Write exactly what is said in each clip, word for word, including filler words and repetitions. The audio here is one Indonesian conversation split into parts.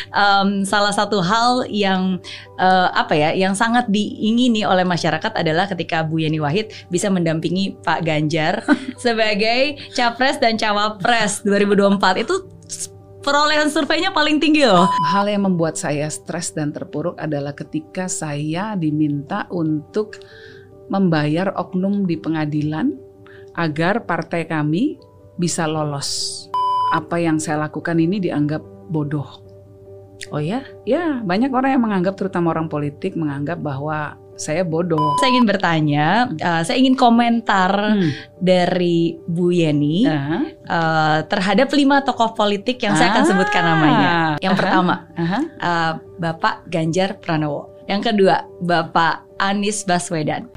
um, salah satu hal yang uh, apa ya, yang sangat diingini oleh masyarakat adalah ketika Bu Yeni Wahid bisa mendampingi Pak Ganjar sebagai capres dan cawapres dua ribu dua puluh empat. Itu perolehan surveinya paling tinggi loh. Hal yang membuat saya stres dan terpuruk adalah ketika saya diminta untuk membayar oknum di pengadilan agar partai kami bisa lolos. Apa yang saya lakukan ini dianggap bodoh. Oh ya? Ya, banyak orang yang menganggap, terutama orang politik, menganggap bahwa saya bodoh. Saya ingin bertanya, uh, saya ingin komentar hmm. dari Bu Yeni uh-huh. uh, terhadap lima tokoh politik yang ah. saya akan sebutkan namanya. Yang uh-huh. pertama, uh-huh. uh, Bapak Ganjar Pranowo. Yang kedua, Bapak Anies Baswedan.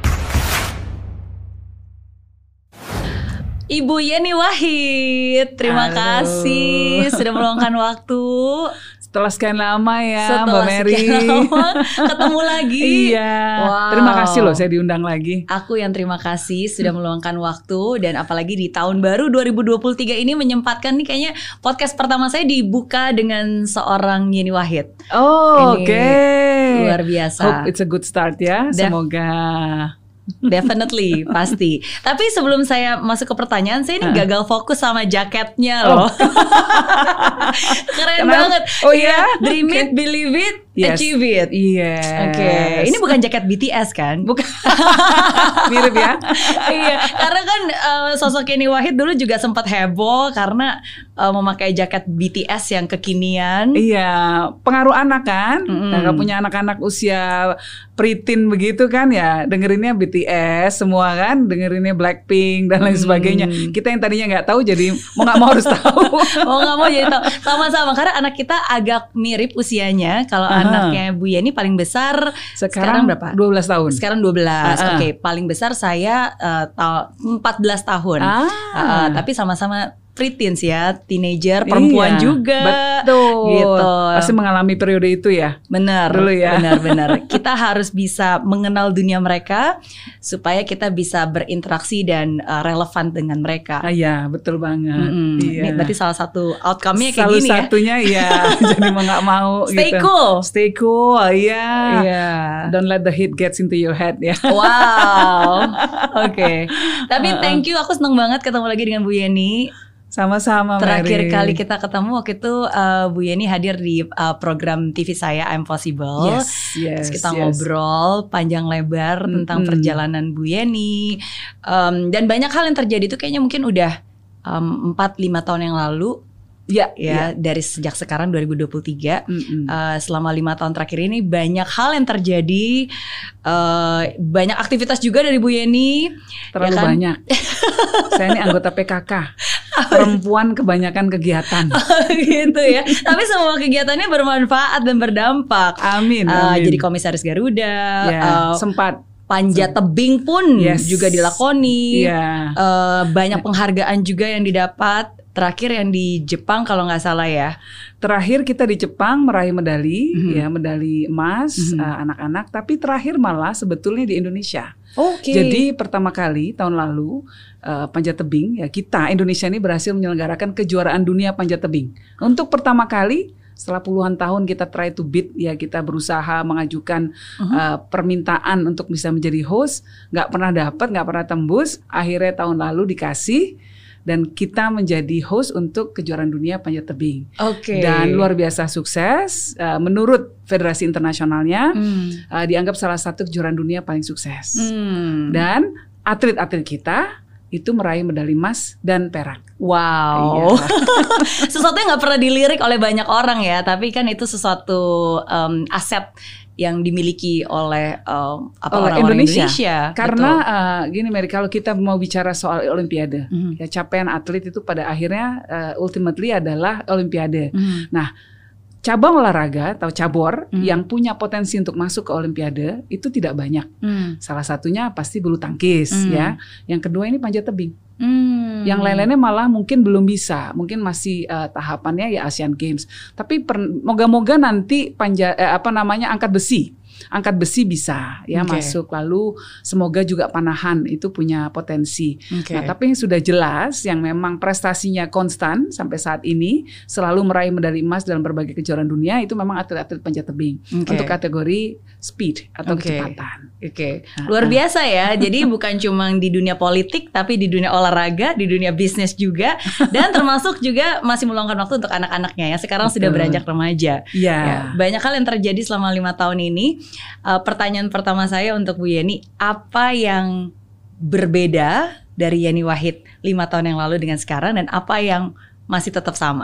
Ibu Yeni Wahid, terima Halo. kasih sudah meluangkan waktu. Setelah sekian lama ya, Setelah Mbak Mary. Sekian lama ketemu lagi. Iya. Wow. Terima kasih loh, saya diundang lagi. Aku yang terima kasih sudah meluangkan waktu, dan apalagi di tahun baru dua ribu dua puluh tiga ini menyempatkan nih, kayaknya podcast pertama saya dibuka dengan seorang Yeni Wahid. Oh, oke. Okay. Luar biasa. Hope it's a good start ya. Def- Semoga. Definitely, pasti. Tapi sebelum saya masuk ke pertanyaan, saya ini uh. gagal fokus sama jaketnya loh. Oh. Keren Kenapa? banget. Oh iya, yeah? Dream okay. it, believe it, yes. achieve it. Iya. Yes. Oke. Okay. Ini bukan jaket B T S kan? Bukan. Mirip ya. Iya. Karena kan uh, sosok Yeni Wahid dulu juga sempat heboh karena uh, memakai jaket B T S yang kekinian. Iya. Pengaruh anak kan. Mm. Nah, kalau punya anak-anak usia preteen begitu kan ya, dengerinnya B T S semua kan, dengerinnya Blackpink dan lain hmm. sebagainya. Kita yang tadinya nggak tahu jadi mau nggak mau harus tahu. Mau nggak mau jadi tahu. Sama-sama karena anak kita agak mirip usianya. Kalau uh-huh. anaknya Bu Yeni paling besar sekarang, sekarang berapa? dua belas tahun. Sekarang dua belas. Uh-huh. Oke, okay, paling besar saya uh, ta- empat belas tahun. Ah. Uh, tapi sama-sama preteens ya, teenager, perempuan iya, juga. Betul. Gitu. Pasti mengalami periode itu ya. Benar. Dulu ya. Benar-benar. Kita harus bisa mengenal dunia mereka supaya kita bisa berinteraksi dan uh, relevan dengan mereka. Ah, iya, betul banget. Mm-hmm. Iya. Ini berarti salah satu outcome-nya kayak salah gini ya. Salah satunya ya. Jadi mau nggak mau. Stay gitu. cool. Stay cool. Iya. Yeah. Don't let the heat gets into your head ya. Wow. Oke. Okay. Tapi thank you. Aku seneng banget ketemu lagi dengan Bu Yeni. Sama-sama, Terakhir Mary. kali kita ketemu waktu itu uh, Bu Yeni hadir di uh, program T V saya I'm Possible. Yes, yes, Terus kita yes. ngobrol panjang lebar mm-hmm. tentang perjalanan Bu Yeni. Um, dan banyak hal yang terjadi itu kayaknya mungkin udah um, empat lima tahun yang lalu. Ya, ya, ya, dari sejak sekarang dua ribu dua puluh tiga mm-hmm. uh, selama lima tahun terakhir ini banyak hal yang terjadi, uh, banyak aktivitas juga dari Bu Yeni. Terlalu ya kan? banyak. Saya ini anggota P K K, perempuan kebanyakan kegiatan. Gitu ya. Tapi semua kegiatannya bermanfaat dan berdampak. Amin. Uh, amin. Jadi komisaris Garuda. Ya, uh, sempat. Panjat tebing pun yes. juga dilakoni. Yeah. Uh, banyak penghargaan juga yang didapat. Terakhir yang di Jepang kalau nggak salah ya. Terakhir kita di Jepang meraih medali, mm-hmm. ya medali emas mm-hmm. uh, anak-anak. Tapi terakhir malah sebetulnya di Indonesia. Oke. Okay. Jadi pertama kali tahun lalu uh, panjat tebing ya kita Indonesia ini berhasil menyelenggarakan kejuaraan dunia panjat tebing. Untuk pertama kali setelah puluhan tahun kita try to beat ya, kita berusaha mengajukan uh-huh. uh, permintaan untuk bisa menjadi host, nggak pernah dapat, nggak pernah tembus. Akhirnya tahun lalu dikasih. Dan kita menjadi host untuk kejuaraan dunia panjat tebing. Oke. Okay. Dan luar biasa sukses. Uh, menurut Federasi Internasionalnya hmm. uh, dianggap salah satu kejuaraan dunia paling sukses. Hmm. Dan atlet-atlet kita itu meraih medali emas dan perak. Wow. Iya. Sesuatu yang nggak pernah dilirik oleh banyak orang ya. Tapi kan itu sesuatu um, aset yang dimiliki oleh um, apa oleh orang-orang Indonesia. Indonesia. Karena uh, gini Mary, kalau kita mau bicara soal Olimpiade, mm. ya capaian atlet itu pada akhirnya uh, ultimately adalah Olimpiade. Mm. Nah, cabang olahraga atau cabur mm. yang punya potensi untuk masuk ke Olimpiade itu tidak banyak. Mm. Salah satunya pasti bulu tangkis, mm. ya. Yang kedua ini panjat tebing. Hmm. Yang lain-lainnya malah mungkin belum bisa, mungkin masih uh, tahapannya ya Asian Games. Tapi per, moga-moga nanti panja, eh, apa namanya angkat besi angkat besi bisa ya okay. masuk, lalu semoga juga panahan itu punya potensi. Okay. Nah, tapi yang sudah jelas yang memang prestasinya konstan sampai saat ini selalu meraih medali emas dalam berbagai kejuaraan dunia itu memang atlet-atlet panjat tebing okay. untuk kategori speed atau okay. kecepatan. Oke, okay. luar biasa ya. Jadi bukan cuma di dunia politik, tapi di dunia olahraga, di dunia bisnis juga, dan termasuk juga masih meluangkan waktu untuk anak-anaknya ya. Sekarang Betul. sudah beranjak remaja. Yeah. Ya, banyak hal yang terjadi selama lima tahun ini. Uh, pertanyaan pertama saya untuk Bu Yeni, apa yang berbeda dari Yeni Wahid lima tahun yang lalu dengan sekarang, dan apa yang masih tetap sama?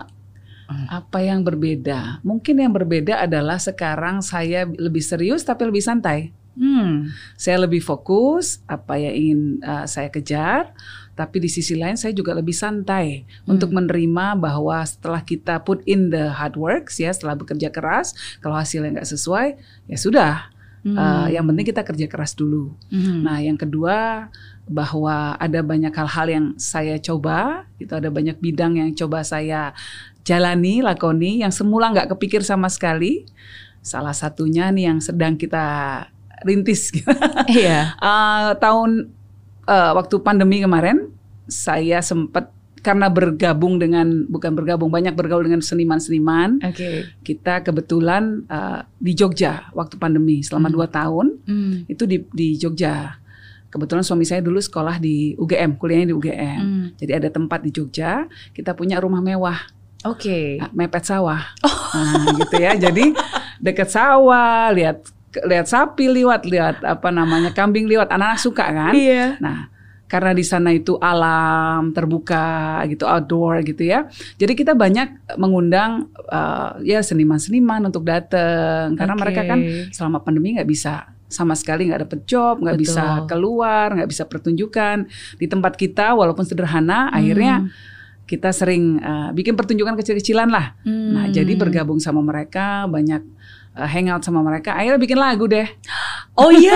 Apa yang berbeda? Mungkin yang berbeda adalah sekarang saya lebih serius tapi lebih santai. Hmm. Saya lebih fokus apa yang ingin uh, saya kejar, tapi di sisi lain saya juga lebih santai hmm. untuk menerima bahwa setelah kita put in the hard works ya, setelah bekerja keras, kalau hasilnya nggak sesuai ya sudah. Hmm. Uh, yang penting kita kerja keras dulu. Hmm. Nah, yang kedua bahwa ada banyak hal-hal yang saya coba, itu ada banyak bidang yang coba saya jalani, lakoni, yang semula nggak kepikir sama sekali. Salah satunya nih yang sedang kita rintis. Iya. uh, tahun uh, waktu pandemi kemarin, saya sempat karena bergabung dengan bukan bergabung banyak bergaul dengan seniman-seniman. Okay. Kita kebetulan uh, di Jogja waktu pandemi selama hmm. dua tahun hmm. itu di di Jogja. Kebetulan suami saya dulu sekolah di U G M, kuliahnya di U G M. Hmm. Jadi ada tempat di Jogja, kita punya rumah mewah. Oke. Okay. Mepet sawah. Oh. Nah, gitu ya. Jadi dekat sawah, lihat lihat sapi liwat, lihat apa namanya kambing liwat, anak-anak suka kan? Iya. Nah, karena di sana itu alam terbuka gitu, outdoor gitu ya. Jadi kita banyak mengundang uh, ya seniman-seniman untuk datang karena okay. mereka kan selama pandemi nggak bisa sama sekali nggak dapet job, nggak bisa keluar, nggak bisa pertunjukan di tempat kita walaupun sederhana. Hmm. Akhirnya kita sering uh, bikin pertunjukan kecil-kecilan lah. Hmm. Nah, jadi bergabung sama mereka banyak. Hangout sama mereka, akhirnya bikin lagu deh. Oh iya,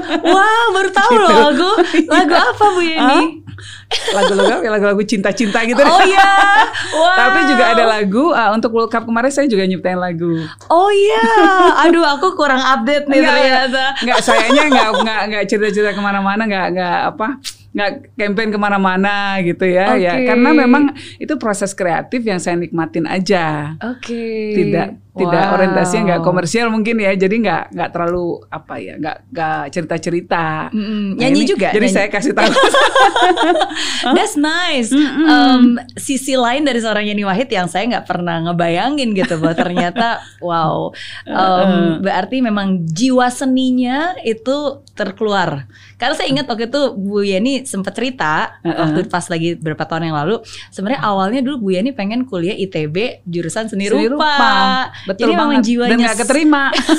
wow baru tahu gitu. Loh lagu, lagu apa Bu Yeni? Lagu-lagu, lagu-lagu cinta-cinta gitu. Oh iya, wow. Tapi juga ada lagu uh, untuk World Cup kemarin saya juga nyiptain lagu. Oh iya, aduh aku kurang update nih ternyata. Nggak, sayanya nggak nggak nggak cerita-cerita kemana-mana, nggak nggak apa. nggak campaign kemana-mana gitu ya, okay. ya karena memang itu proses kreatif yang saya nikmatin aja. Oke. Okay. Tidak wow. tidak orientasinya nggak komersial mungkin ya, jadi nggak nggak terlalu apa ya, nggak nggak cerita-cerita. Mm-hmm. Nah, nyanyi ini, juga. Jadi nyanyi. Saya kasih tahu. That's nice. Mm-hmm. Um, sisi lain dari seorang Yeni Wahid yang saya nggak pernah ngebayangin gitu, bahwa ternyata wow. Um, berarti memang jiwa seninya itu terkeluar. Karena saya ingat waktu itu Bu Yeni sempat cerita uh-uh. waktu pas lagi beberapa tahun yang lalu, sebenarnya awalnya dulu Bu Yeni pengen kuliah I T B jurusan seni, seni rupa. rupa. Betul. Jadi memang jiwanya dan gak keterima.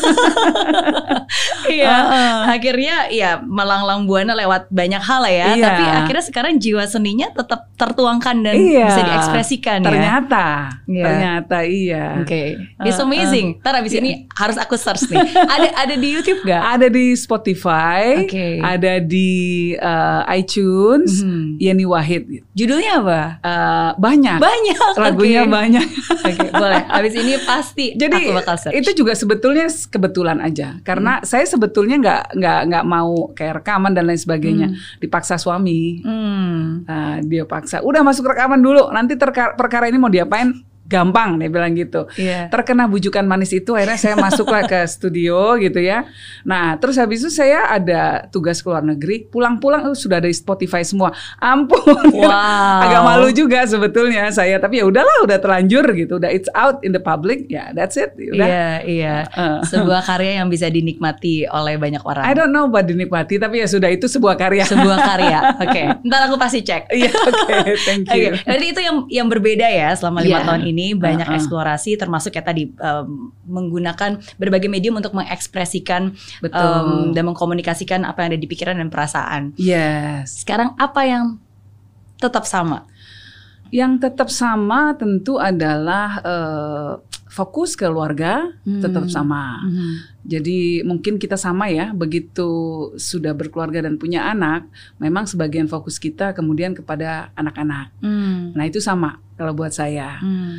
Iya. uh-uh. Akhirnya ya melanglang buana lewat banyak hal ya. Iya. Tapi akhirnya sekarang jiwa seninya tetap tertuangkan dan iya. bisa diekspresikan ternyata, ya. Ternyata. Ternyata iya. Oke. Okay. It's amazing. Uh, uh. Ntar abis yeah. ini harus aku search nih. Ada ada di YouTube gak? Ada di Spotify. Okay. Ada di uh, iTunes, mm-hmm. Yeni Wahid. Judulnya apa? Uh, banyak. Banyak. Lagunya okay. banyak. Oke, okay, boleh. Habis ini pasti Jadi, aku bakal search. Itu juga sebetulnya kebetulan aja. Karena hmm. saya sebetulnya nggak nggak nggak mau kayak rekaman dan lain sebagainya. Hmm. Dipaksa suami. Hmm. Uh, dia paksa. Udah masuk rekaman dulu. Nanti terka- perkara ini mau diapain? Gampang dia bilang gitu. Yeah. Terkena bujukan manis itu akhirnya saya masuklah ke studio gitu ya. Nah terus habis itu saya ada tugas ke luar negeri. Pulang-pulang uh, sudah ada di Spotify semua. Ampun. Wow. Agak malu juga sebetulnya saya. Tapi ya udahlah, udah terlanjur gitu. Udah it's out in the public. Ya yeah, that's it. Udah. Iya iya. Uh. Sebuah karya yang bisa dinikmati oleh banyak orang. I don't know about dinikmati, tapi ya sudah, itu sebuah karya. Sebuah karya. Oke. Okay. Ntar aku pasti cek. Iya. Oke. Okay, thank you. Okay. Jadi itu yang yang berbeda ya selama lima yeah. tahun ini. Ini banyak uh-uh. eksplorasi, termasuk ya tadi um, menggunakan berbagai medium untuk mengekspresikan um, dan mengkomunikasikan apa yang ada di pikiran dan perasaan. Yes. Sekarang apa yang tetap sama? Yang tetap sama tentu adalah uh, fokus keluarga, hmm. tetap sama. Hmm. Jadi mungkin kita sama ya, begitu sudah berkeluarga dan punya anak, memang sebagian fokus kita kemudian kepada anak-anak. Hmm. Nah itu sama. kalau buat saya. Hmm.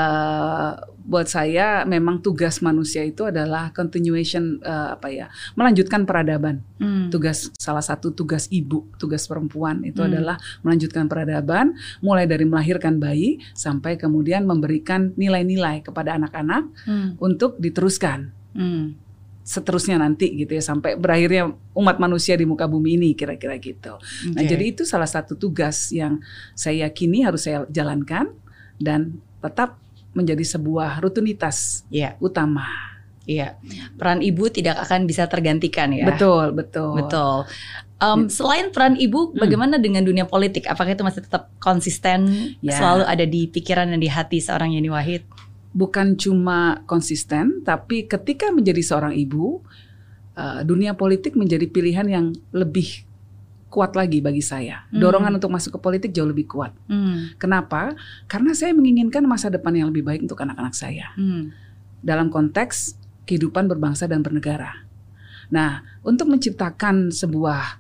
Uh, buat saya memang tugas manusia itu adalah continuation, uh, apa ya, melanjutkan peradaban. Hmm. Tugas salah satu tugas ibu, tugas perempuan itu hmm. adalah melanjutkan peradaban, mulai dari melahirkan bayi sampai kemudian memberikan nilai-nilai kepada anak-anak hmm. untuk diteruskan. Hmm. Seterusnya nanti gitu ya, sampai berakhirnya umat manusia di muka bumi ini, kira-kira gitu. Okay. Nah, jadi itu salah satu tugas yang saya yakini harus saya jalankan dan tetap menjadi sebuah rutinitas yeah. utama. Iya, peran ibu tidak akan bisa tergantikan ya. Betul, betul. Betul. Um, selain peran ibu, hmm. bagaimana dengan dunia politik? Apakah itu masih tetap konsisten, yeah. selalu ada di pikiran dan di hati seorang Yeni Wahid? Bukan cuma konsisten, tapi ketika menjadi seorang ibu, uh, dunia politik menjadi pilihan yang lebih kuat lagi bagi saya. Hmm. Dorongan untuk masuk ke politik jauh lebih kuat. Hmm. Kenapa? Karena saya menginginkan masa depan yang lebih baik untuk anak-anak saya. Hmm. Dalam konteks kehidupan berbangsa dan bernegara. Nah, untuk menciptakan sebuah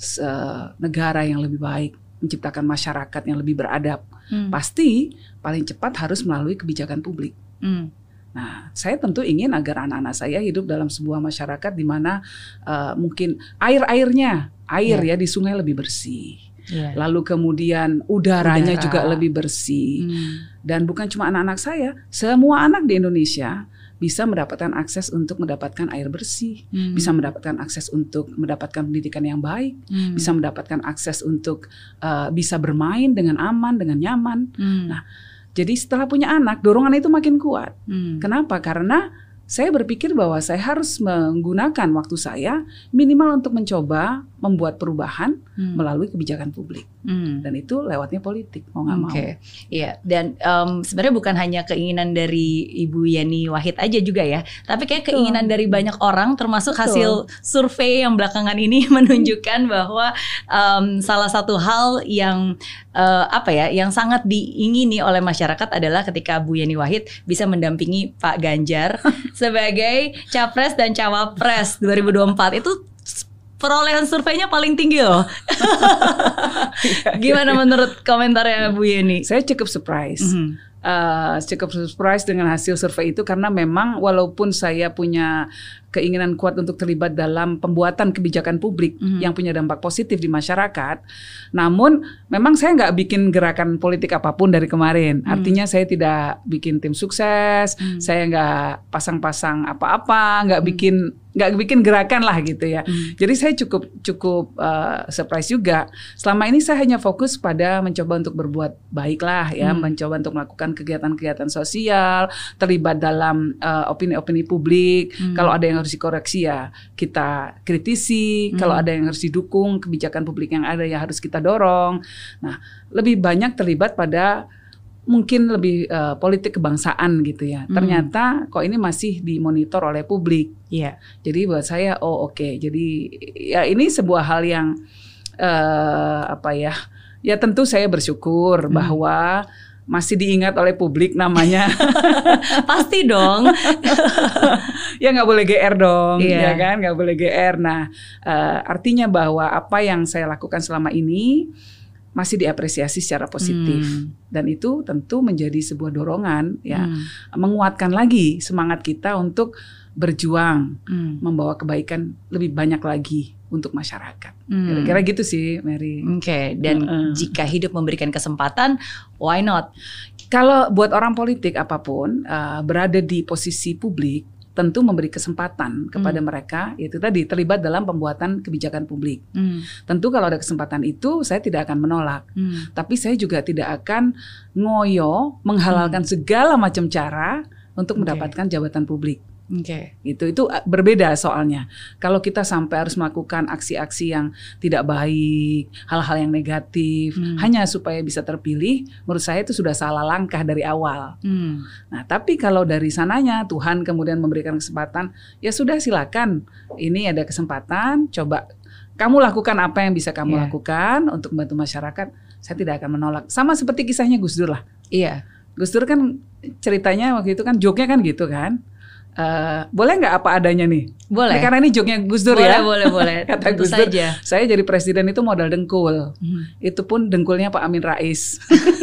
uh, negara yang lebih baik, menciptakan masyarakat yang lebih beradab, hmm. pasti paling cepat harus melalui kebijakan publik. Hmm. Nah, saya tentu ingin agar anak-anak saya hidup dalam sebuah masyarakat di mana uh, mungkin air-airnya, air yeah. ya di sungai lebih bersih. Yeah. Lalu kemudian udaranya Udara. juga lebih bersih. Hmm. Dan bukan cuma anak-anak saya, semua anak di Indonesia bisa mendapatkan akses untuk mendapatkan air bersih, hmm. bisa mendapatkan akses untuk mendapatkan pendidikan yang baik, hmm. bisa mendapatkan akses untuk uh, bisa bermain dengan aman, dengan nyaman. Hmm. Nah, jadi setelah punya anak, dorongan itu makin kuat. Hmm. Kenapa? Karena saya berpikir bahwa saya harus menggunakan waktu saya minimal untuk mencoba membuat perubahan hmm. melalui kebijakan publik. Hmm. Dan itu lewatnya politik, mau nggak okay. mau. Iya, dan um, sebenarnya bukan hanya keinginan dari Ibu Yeni Wahid aja juga ya, tapi kayak keinginan Betul. dari banyak orang, termasuk Betul. hasil survei yang belakangan ini menunjukkan bahwa um, salah satu hal yang uh, apa ya, yang sangat diingini oleh masyarakat adalah ketika Bu Yeni Wahid bisa mendampingi Pak Ganjar sebagai capres dan cawapres dua ribu dua puluh empat. Itu perolehan surveinya paling tinggi loh. Gimana menurut komentarnya Bu Yeni? Saya cukup surprise. Mm-hmm. Uh, cukup surprise dengan hasil survei itu, karena memang walaupun saya punya keinginan kuat untuk terlibat dalam pembuatan kebijakan publik mm-hmm. yang punya dampak positif di masyarakat, namun memang saya nggak bikin gerakan politik apapun dari kemarin. Mm. Artinya saya tidak bikin tim sukses, mm. saya nggak pasang-pasang apa-apa, nggak mm. bikin nggak bikin gerakan lah gitu ya. Mm. Jadi saya cukup cukup uh, surprise juga. Selama ini saya hanya fokus pada mencoba untuk berbuat baik lah ya, mm. mencoba untuk melakukan kegiatan-kegiatan sosial, terlibat dalam uh, opini-opini publik. Mm. Kalau ada yang harus dikoreksi ya kita kritisi, hmm. kalau ada yang harus didukung, kebijakan publik yang ada ya harus kita dorong. Nah, lebih banyak terlibat pada mungkin lebih uh, politik kebangsaan gitu ya. Hmm. Ternyata kok ini masih dimonitor oleh publik. Iya. Yeah. Jadi buat saya oh oke. Okay. Jadi ya ini sebuah hal yang uh, apa ya? Ya tentu saya bersyukur hmm. bahwa masih diingat oleh publik namanya. Pasti dong. Ya nggak boleh G R dong, yeah. ya kan, nggak boleh G R. Nah, uh, artinya bahwa apa yang saya lakukan selama ini masih diapresiasi secara positif, hmm. dan itu tentu menjadi sebuah dorongan, ya, hmm. menguatkan lagi semangat kita untuk berjuang, hmm. membawa kebaikan lebih banyak lagi untuk masyarakat. Hmm. Kira-kira gitu sih, Mary. Oke, okay. Dan uh-uh. jika hidup memberikan kesempatan, why not? Kalau buat orang politik apapun uh, berada di posisi publik, tentu memberi kesempatan kepada hmm. mereka, yaitu tadi terlibat dalam pembuatan kebijakan publik. Hmm. Tentu kalau ada kesempatan itu, saya tidak akan menolak. Hmm. Tapi saya juga tidak akan ngoyo menghalalkan hmm. segala macam cara untuk okay. mendapatkan jabatan publik. Oke, okay. itu itu berbeda soalnya. Kalau kita sampai harus melakukan aksi-aksi yang tidak baik, hal-hal yang negatif, hmm. hanya supaya bisa terpilih, menurut saya itu sudah salah langkah dari awal. Hmm. Nah, tapi kalau dari sananya Tuhan kemudian memberikan kesempatan, ya sudah silakan. Ini ada kesempatan, coba kamu lakukan apa yang bisa kamu yeah. lakukan untuk membantu masyarakat. Saya tidak akan menolak. Sama seperti kisahnya Gus Dur lah. Iya. Gus Dur kan ceritanya waktu itu kan joke-nya kan gitu kan. Uh, boleh nggak apa adanya nih? Boleh. Nah, karena ini joknya Gus Dur boleh, ya. Boleh, boleh, Kata Gus Dur, saya jadi presiden itu modal dengkul. Hmm. Itu pun dengkulnya Pak Amin Rais.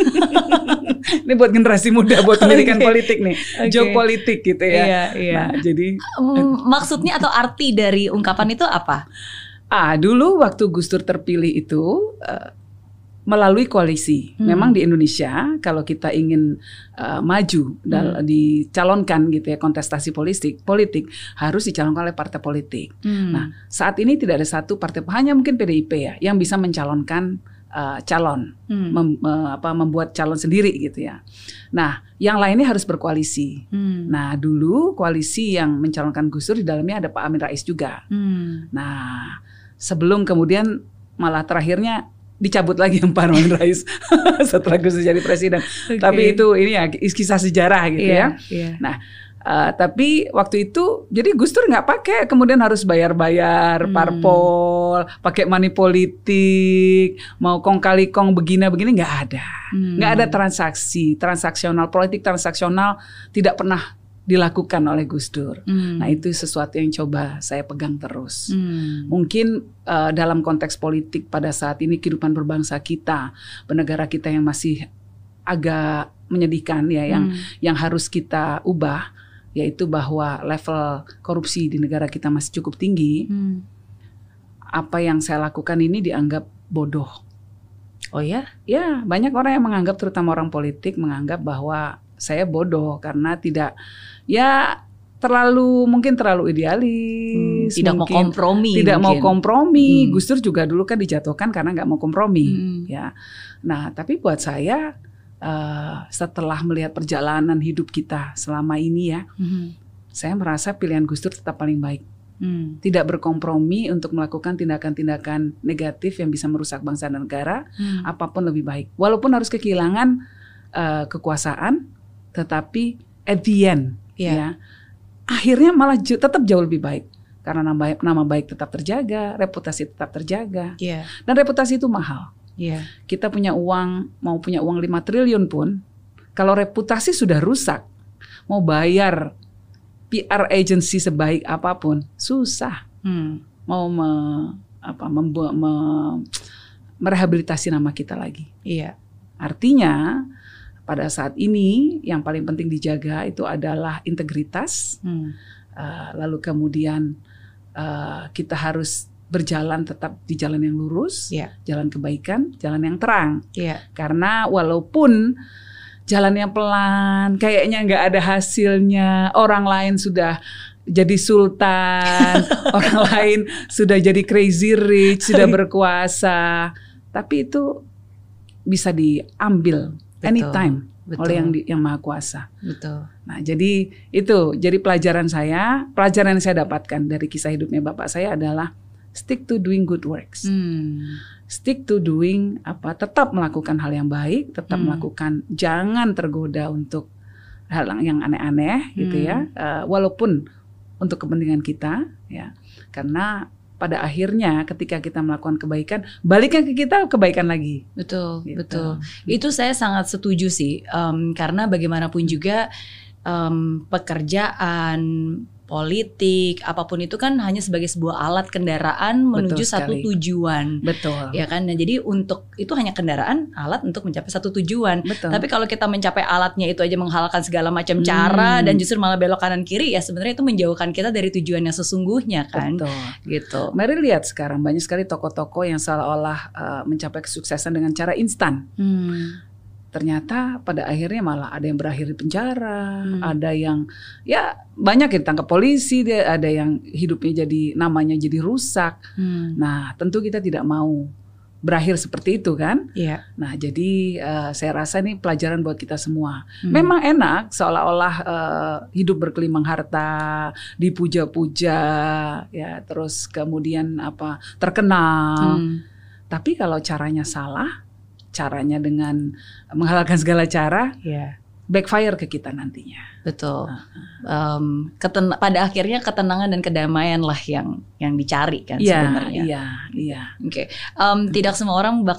Ini buat generasi muda, buat pendidikan okay. politik nih, okay. Jok politik gitu ya. Iya, iya. Nah, jadi um, maksudnya atau arti dari ungkapan itu apa? Ah, dulu waktu Gus Dur terpilih itu uh, melalui koalisi. Hmm. Memang di Indonesia kalau kita ingin uh, maju dan hmm. dicalonkan gitu ya, kontestasi politik, politik harus dicalonkan oleh partai politik. Hmm. Nah, saat ini tidak ada satu partai, hanya mungkin P D I P ya yang bisa mencalonkan uh, calon, hmm. mem, uh, apa membuat calon sendiri gitu ya. Nah, yang lainnya harus berkoalisi. Hmm. Nah, dulu koalisi yang mencalonkan Gus Dur di dalamnya ada Pak Amin Rais juga. Hmm. Nah, sebelum kemudian malah terakhirnya dicabut lagi yang Pak Amin Rais setelah Gus Dur jadi presiden. Okay. Tapi itu ini ya kisah sejarah gitu yeah, ya. Yeah. Nah, uh, tapi waktu itu jadi Gus Dur nggak pakai kemudian harus bayar-bayar hmm. parpol, pakai money politik, mau kong kali kong begini begini nggak ada, nggak hmm. ada transaksi, transaksional politik transaksional tidak pernah dilakukan oleh Gus Dur. Hmm. Nah, itu sesuatu yang coba saya pegang terus. Hmm. Mungkin uh, dalam konteks politik pada saat ini kehidupan berbangsa kita, bernegara kita yang masih agak menyedihkan ya, hmm. yang yang harus kita ubah, yaitu bahwa level korupsi di negara kita masih cukup tinggi. Hmm. Apa yang saya lakukan ini dianggap bodoh. Oh ya? Ya, banyak orang yang menganggap, terutama orang politik menganggap bahwa saya bodoh karena tidak ya terlalu mungkin terlalu idealis, hmm, tidak mungkin, mau kompromi, tidak mungkin. mau kompromi. Hmm. Gus Dur juga dulu kan dijatuhkan karena nggak mau kompromi, hmm. ya. Nah, tapi buat saya uh, setelah melihat perjalanan hidup kita selama ini ya, hmm. saya merasa pilihan Gus Dur tetap paling baik. Hmm. Tidak berkompromi untuk melakukan tindakan-tindakan negatif yang bisa merusak bangsa dan negara, hmm. apapun lebih baik. Walaupun harus kehilangan uh, kekuasaan. Tetapi at the end yeah. ya akhirnya malah ju- tetap jauh lebih baik karena nama, nama baik tetap terjaga, reputasi tetap terjaga, yeah. dan reputasi itu mahal. Yeah. Kita punya uang, mau punya uang lima triliun pun, kalau reputasi sudah rusak, mau bayar P R agency sebaik apapun susah. Hmm. Mau me, apa, membu- me, merehabilitasi nama kita lagi. Yeah. Artinya pada saat ini yang paling penting dijaga itu adalah integritas, hmm. uh, lalu kemudian uh, kita harus berjalan tetap di jalan yang lurus, yeah. jalan kebaikan, jalan yang terang. Yeah. Karena walaupun jalannya pelan, kayaknya nggak ada hasilnya, orang lain sudah jadi sultan, orang lain sudah jadi crazy rich, sudah berkuasa, tapi itu bisa diambil. Betul, anytime betul. Oleh yang di, yang Maha Kuasa. Betul. Nah, jadi itu jadi pelajaran saya, pelajaran yang saya dapatkan dari kisah hidupnya Bapak saya adalah stick to doing good works. Hmm. Stick to doing apa? Tetap melakukan hal yang baik, tetap hmm. melakukan, jangan tergoda untuk hal yang aneh-aneh hmm. gitu ya. Uh, walaupun untuk kepentingan kita ya. Karena pada akhirnya ketika kita melakukan kebaikan, baliknya ke kita kebaikan lagi. Betul, gitu. Betul. Itu saya sangat setuju sih, um, karena bagaimanapun juga um, pekerjaan, politik, apapun itu kan hanya sebagai sebuah alat kendaraan menuju satu tujuan. Betul. Ya kan. Nah, jadi untuk itu hanya kendaraan, alat untuk mencapai satu tujuan. Betul. Tapi kalau kita mencapai alatnya itu aja menghalalkan segala macam hmm. cara dan justru malah belok kanan kiri, ya sebenarnya itu menjauhkan kita dari tujuan yang sesungguhnya kan. Betul. Gitu. Mari lihat sekarang banyak sekali tokoh-tokoh yang seolah-olah uh, mencapai kesuksesan dengan cara instan. Hmm. Ternyata pada akhirnya malah ada yang berakhir di penjara, hmm. ada yang ya banyak yang ditangkap polisi, ada yang hidupnya jadi namanya jadi rusak. Hmm. Nah, tentu kita tidak mau berakhir seperti itu kan. Yeah. Nah, jadi uh, saya rasa ini pelajaran buat kita semua. Hmm. Memang enak seolah-olah uh, hidup berkelimang harta, dipuja-puja, ya terus kemudian apa terkenal. Hmm. Tapi kalau caranya salah, caranya dengan menghalalkan segala cara, yeah. backfire ke kita nantinya. Betul. Uh-huh. Um, keten- pada akhirnya ketenangan dan kedamaian lah yang yang dicari kan yeah, sebenarnya. Iya, iya. Oke. Okay. Um, tidak semua orang bakal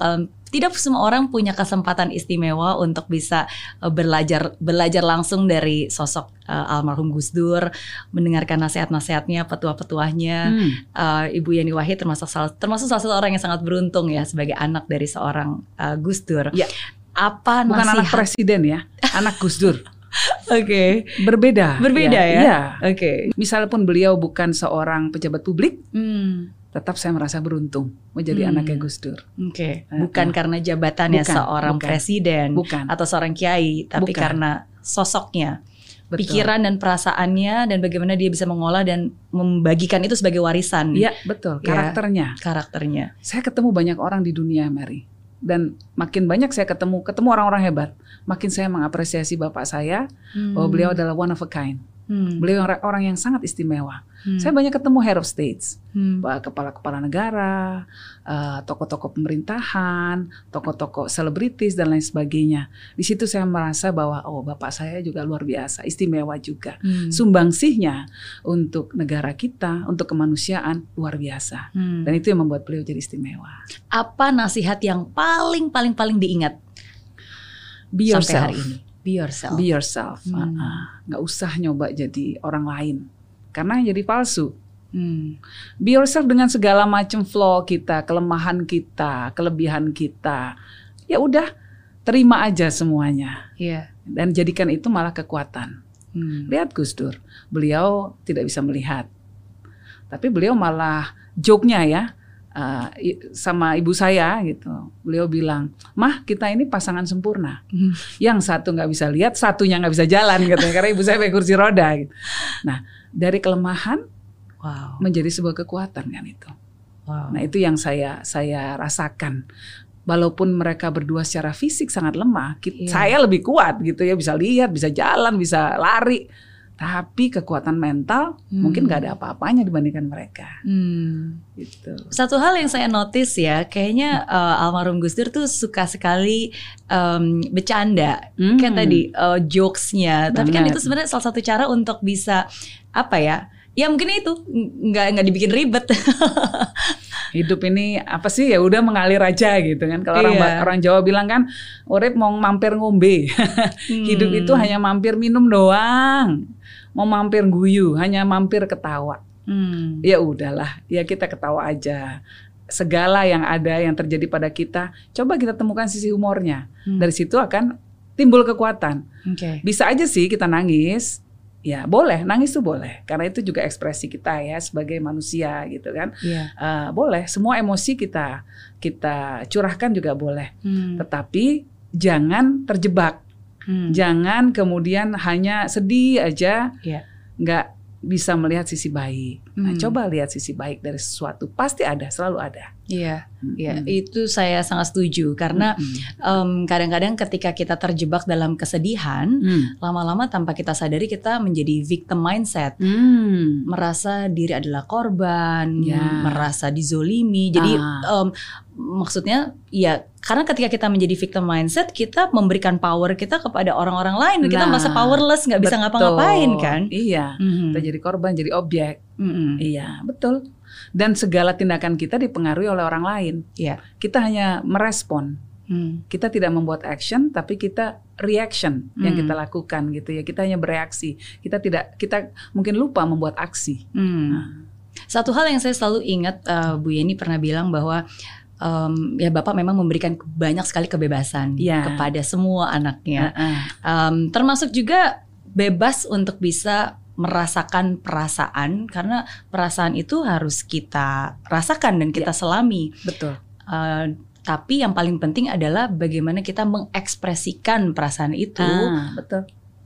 tidak semua orang punya kesempatan istimewa untuk bisa uh, belajar belajar langsung dari sosok uh, almarhum Gus Dur, mendengarkan nasihat-nasihatnya, petuah-petuahnya. Hmm. Uh, Ibu Yeni Wahid termasuk salah, termasuk salah satu orang yang sangat beruntung ya sebagai anak dari seorang uh, Gus Dur. Ya. Apa bukan nasihat? Anak presiden ya, anak Gus Dur. Oke, okay. berbeda. Berbeda ya. ya? ya? Oke. Okay. Misalpun beliau bukan seorang pejabat publik. Hmm. Tetap saya merasa beruntung menjadi hmm. anaknya Gus Dur. Oke, okay. bukan uh, karena jabatannya bukan, seorang bukan, presiden bukan. atau seorang kiai, tapi bukan. karena sosoknya, betul. Pikiran dan perasaannya dan bagaimana dia bisa mengolah dan membagikan itu sebagai warisan. Iya, betul. Karakternya. Ya, karakternya. Saya ketemu banyak orang di dunia, Mary. Dan makin banyak saya ketemu ketemu orang-orang hebat, makin saya mengapresiasi bapak saya hmm. bahwa beliau adalah one of a kind. Hmm. Beliau orang yang sangat istimewa. Hmm. Saya banyak ketemu head of states, hmm. kepala-kepala negara, uh, tokoh-tokoh pemerintahan, tokoh-tokoh selebritis dan lain sebagainya. Di situ saya merasa bahwa oh bapak saya juga luar biasa, istimewa juga. Hmm. Sumbangsihnya untuk negara kita, untuk kemanusiaan luar biasa. Hmm. Dan itu yang membuat beliau jadi istimewa. Apa nasihat yang paling paling paling diingat Be sampai yourself. hari ini? Be yourself. Be yourself. Hmm. Uh-uh. Gak usah nyoba jadi orang lain, karena jadi palsu. Hmm. Be yourself dengan segala macam flaw kita, kelemahan kita, kelebihan kita. Ya udah, terima aja semuanya. Yeah. Dan jadikan itu malah kekuatan. Hmm. Lihat Gus Dur, beliau tidak bisa melihat, tapi beliau malah joke-nya ya. Uh, sama ibu saya gitu, beliau bilang, mah kita ini pasangan sempurna, hmm. yang satu nggak bisa lihat, satunya nggak bisa jalan gitu, karena ibu saya pakai kursi roda. Gitu. Nah dari kelemahan wow. menjadi sebuah kekuatan kan itu. Wow. Nah itu yang saya saya rasakan. Walaupun mereka berdua secara fisik sangat lemah, kita, yeah. saya lebih kuat gitu ya, bisa lihat, bisa jalan, bisa lari. Tapi kekuatan mental hmm. mungkin gak ada apa-apanya dibandingkan mereka. Hmm. Gitu. Satu hal yang saya notice ya, kayaknya uh, almarhum Gus Dur tuh suka sekali um, bercanda, hmm. kan tadi uh, jokesnya. Tapi kan itu sebenarnya salah satu cara untuk bisa apa ya? Ya mungkin itu nggak nggak dibikin ribet. Hidup ini apa sih, ya udah mengalir aja gitu kan. Kalau orang iya. orang Jawa bilang kan, urip mau mampir ngombe. hmm. Hidup itu hanya mampir minum doang. Mau mampir guyu, hanya mampir ketawa. Hmm. Ya udahlah, ya kita ketawa aja. Segala yang ada yang terjadi pada kita, coba kita temukan sisi humornya. Hmm. Dari situ akan timbul kekuatan. Okay. Bisa aja sih kita nangis. Ya boleh, nangis tuh boleh, karena itu juga ekspresi kita ya sebagai manusia gitu kan. Yeah. Uh, boleh, semua emosi kita kita curahkan juga boleh. Hmm. Tetapi jangan terjebak, hmm. jangan kemudian hanya sedih aja, yeah. nggak bisa melihat sisi baik. Hmm. Nah, coba lihat sisi baik dari sesuatu, pasti ada, selalu ada. Iya, hmm. ya, itu saya sangat setuju karena hmm. um, kadang-kadang ketika kita terjebak dalam kesedihan, hmm. lama-lama tanpa kita sadari kita menjadi victim mindset, hmm. merasa diri adalah korban, ya. merasa dizolimi. Jadi ah. um, maksudnya ya karena ketika kita menjadi victim mindset, kita memberikan power kita kepada orang-orang lain, nah, kita merasa powerless, nggak bisa ngapa-ngapain kan? Iya, hmm. kita jadi korban, jadi objek. Hmm. Iya, betul. Dan segala tindakan kita dipengaruhi oleh orang lain. Yeah. Kita hanya merespon. Hmm. Kita tidak membuat action, tapi kita reaction hmm. yang kita lakukan gitu ya. Kita hanya bereaksi. Kita tidak, kita mungkin lupa membuat aksi. Hmm. Nah. Satu hal yang saya selalu ingat, uh, Bu Yeni pernah bilang bahwa um, ya Bapak memang memberikan banyak sekali kebebasan yeah. kepada semua anaknya, uh-uh. um, termasuk juga bebas untuk bisa merasakan perasaan, karena perasaan itu harus kita rasakan dan kita ya. selami. Betul. Uh, tapi yang paling penting adalah bagaimana kita mengekspresikan perasaan itu. Ah, betul.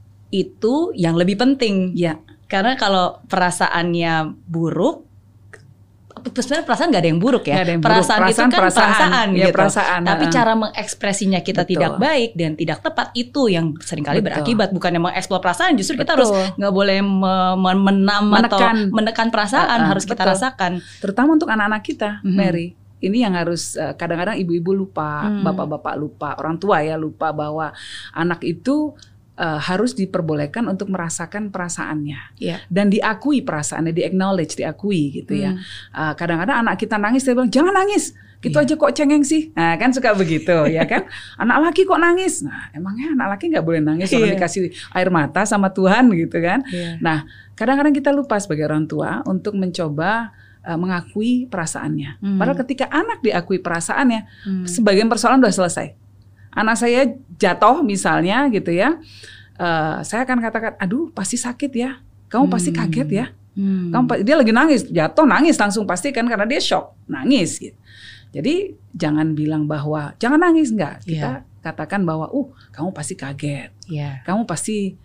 Itu yang lebih penting. Ya. Karena kalau perasaannya buruk, sebenarnya perasaan nggak ada yang buruk ya. Yang perasaan, buruk. perasaan itu kan perasaan, perasaan ya, gitu. Perasaan, Tapi uh, cara mengekspresinya kita betul. tidak baik dan tidak tepat, itu yang seringkali betul. berakibat. Bukan yang mengeksplor perasaan, justru betul. kita harus nggak boleh me- menam menekan. atau menekan perasaan, uh, uh, harus kita betul. rasakan. Terutama untuk anak-anak kita, mm-hmm. Mary. Ini yang harus uh, kadang-kadang ibu-ibu lupa, hmm. bapak-bapak lupa, orang tua ya lupa bahwa anak itu Uh, harus diperbolehkan untuk merasakan perasaannya yeah. dan diakui perasaannya, di acknowledge, diakui gitu hmm. ya. Uh, kadang-kadang anak kita nangis, dia bilang jangan nangis, Gitu yeah. aja kok cengeng sih. Nah kan suka begitu ya kan. Anak laki kok nangis. Nah emangnya anak laki nggak boleh nangis, orang yeah. dikasih air mata sama Tuhan gitu kan. Yeah. Nah kadang-kadang kita lupa sebagai orang tua untuk mencoba uh, mengakui perasaannya. Hmm. Padahal ketika anak diakui perasaannya, hmm. sebagian persoalan udah selesai. Anak saya jatuh misalnya gitu ya, uh, saya akan katakan, aduh pasti sakit ya, kamu hmm. pasti kaget ya. Hmm. Kamu, dia lagi nangis, jatuh nangis langsung pasti kan karena dia shock, nangis gitu. Jadi jangan bilang bahwa jangan nangis, enggak. Kita yeah. katakan bahwa uh kamu pasti kaget. Yeah. Kamu pasti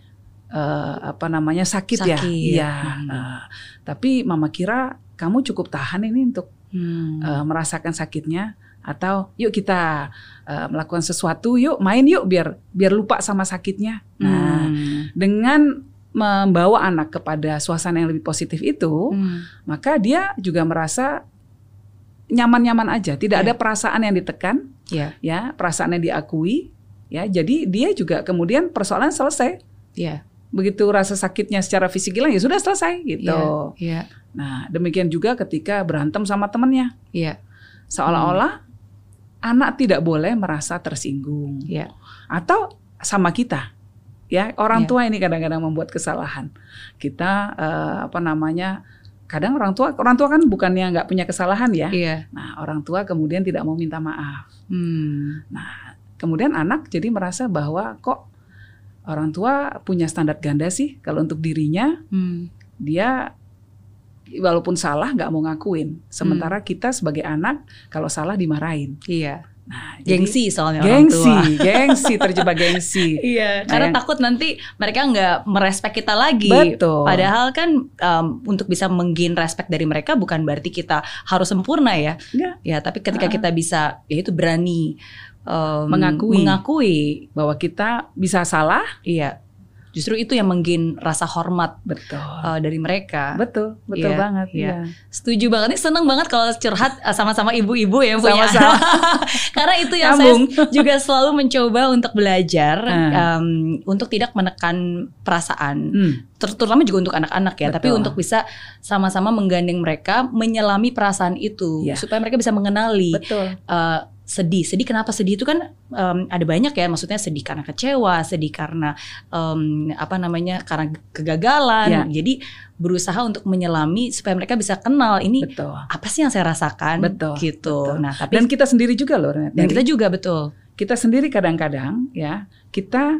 uh, apa namanya sakit, sakit. ya. Iya. Hmm. Uh, tapi mama kira kamu cukup tahan ini untuk hmm. uh, merasakan sakitnya, atau yuk kita uh, melakukan sesuatu, yuk main yuk biar biar lupa sama sakitnya. Nah, hmm. dengan membawa anak kepada suasana yang lebih positif itu, hmm. maka dia juga merasa nyaman-nyaman aja, tidak yeah. ada perasaan yang ditekan, yeah. ya, perasaan yang diakui, ya, jadi dia juga kemudian persoalan selesai, yeah. begitu rasa sakitnya secara fisik hilang, ya sudah selesai gitu. Yeah. Yeah. Nah, demikian juga ketika berantem sama temennya, yeah. seolah-olah hmm. anak tidak boleh merasa tersinggung, yeah. atau sama kita. Ya, orang yeah. tua ini kadang-kadang membuat kesalahan. Kita uh, apa namanya? Kadang orang tua, orang tua kan bukannya nggak punya kesalahan ya. Yeah. Nah, orang tua kemudian tidak mau minta maaf. Hmm. Nah, kemudian anak jadi merasa bahwa kok orang tua punya standar ganda sih kalau untuk dirinya. Hmm. Dia walaupun salah nggak mau ngakuin. Sementara hmm. kita sebagai anak kalau salah dimarahin. Iya. Nah, gengsi jadi, soalnya gengsi, orang tua. gengsi, terjebak gengsi. Iya, nah, karena yang, takut nanti mereka nggak merespek kita lagi. Betul. Padahal kan um, untuk bisa menggain respect dari mereka bukan berarti kita harus sempurna ya. Enggak. Ya, tapi ketika uh-huh. kita bisa, ya itu berani um, mengakui, mengakui bahwa kita bisa salah. Iya. Justru itu yang menggain rasa hormat betul uh, dari mereka. Betul, betul yeah, banget. Yeah. Yeah. Setuju banget. Ini seneng banget kalau curhat uh, sama-sama ibu-ibu ya punya. Sama-sama. Karena itu yang Ambung. Saya juga selalu mencoba untuk belajar hmm. um, untuk tidak menekan perasaan. Hmm. Terutama juga untuk anak-anak ya. Betul. Tapi untuk bisa sama-sama menggandeng mereka menyelami perasaan itu yeah. supaya mereka bisa mengenali. Betul. Uh, sedih, sedih kenapa sedih itu kan um, ada banyak ya, maksudnya sedih karena kecewa, sedih karena um, apa namanya karena kegagalan. Ya. Jadi berusaha untuk menyelami supaya mereka bisa kenal ini betul. Apa sih yang saya rasakan, betul. Gitu. Betul. Nah, tapi dan kita sendiri juga loh, dan dari, kita juga betul. Kita sendiri kadang-kadang ya kita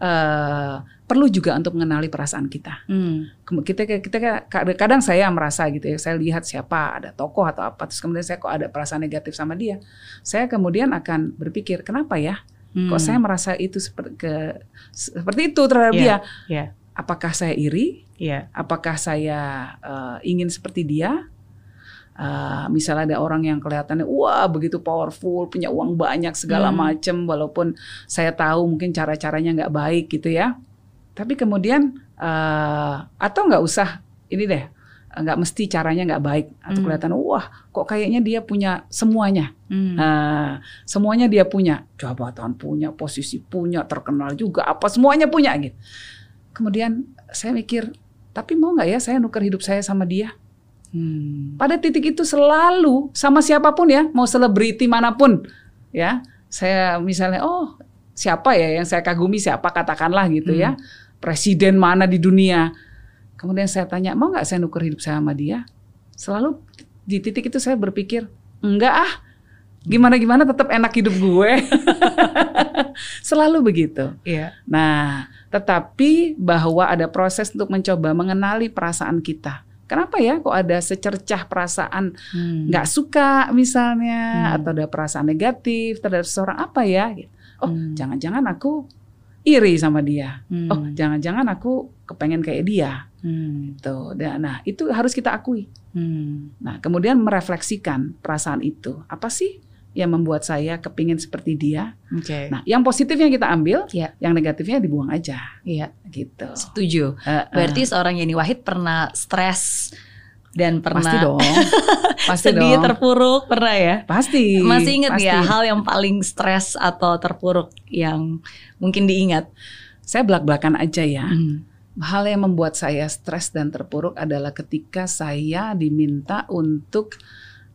uh, perlu juga untuk mengenali perasaan kita. Hmm. Kita kita kadang saya merasa gitu ya, saya lihat siapa ada tokoh atau apa, terus kemudian saya kok ada perasaan negatif sama dia, saya kemudian akan berpikir kenapa ya, hmm. kok saya merasa itu seperti ke, seperti itu terhadap yeah. dia. Yeah. Apakah saya iri? Yeah. Apakah saya uh, ingin seperti dia? Uh, misalnya ada orang yang kelihatannya wah begitu powerful, punya uang banyak segala hmm. macam, walaupun saya tahu mungkin cara-caranya nggak baik gitu ya. Tapi kemudian uh, atau nggak usah ini deh, nggak mesti caranya nggak baik atau hmm. kelihatan wah kok kayaknya dia punya semuanya, hmm. uh, semuanya dia punya, jabatan punya, posisi punya, terkenal juga, apa semuanya punya gitu. Kemudian saya mikir, tapi mau nggak ya saya nuker hidup saya sama dia? Hmm. Pada titik itu selalu sama siapapun ya, mau selebriti manapun ya, saya misalnya oh siapa ya yang saya kagumi, siapa katakanlah gitu hmm. ya, presiden mana di dunia, kemudian saya tanya mau nggak saya nuker hidup saya sama dia, selalu di titik itu saya berpikir enggak ah, gimana gimana tetap enak hidup gue. Selalu begitu. Yeah. Nah, tetapi bahwa ada proses untuk mencoba mengenali perasaan kita. Kenapa ya kok ada secercah perasaan nggak hmm. suka misalnya, hmm. atau ada perasaan negatif terhadap seseorang, apa ya? Oh, hmm. jangan-jangan aku iri sama dia. Hmm. Oh, jangan-jangan aku kepengen kayak dia. Hmm. Tuh. Nah, itu harus kita akui. Hmm. Nah, kemudian merefleksikan perasaan itu. Apa sih yang membuat saya kepingin seperti dia? Okay. Nah, yang positifnya kita ambil, yeah. yang negatifnya dibuang aja. Iya, yeah. gitu. Setuju. Uh, uh. Berarti seorang Yeni Wahid pernah stres dan pernah pasti dong, pasti sedih, dong. terpuruk, pernah ya? Pasti. Masih ingat pasti. ya hal yang paling stres atau terpuruk yang mungkin diingat? Saya belak-belakan aja ya. Hmm. Hal yang membuat saya stres dan terpuruk adalah ketika saya diminta untuk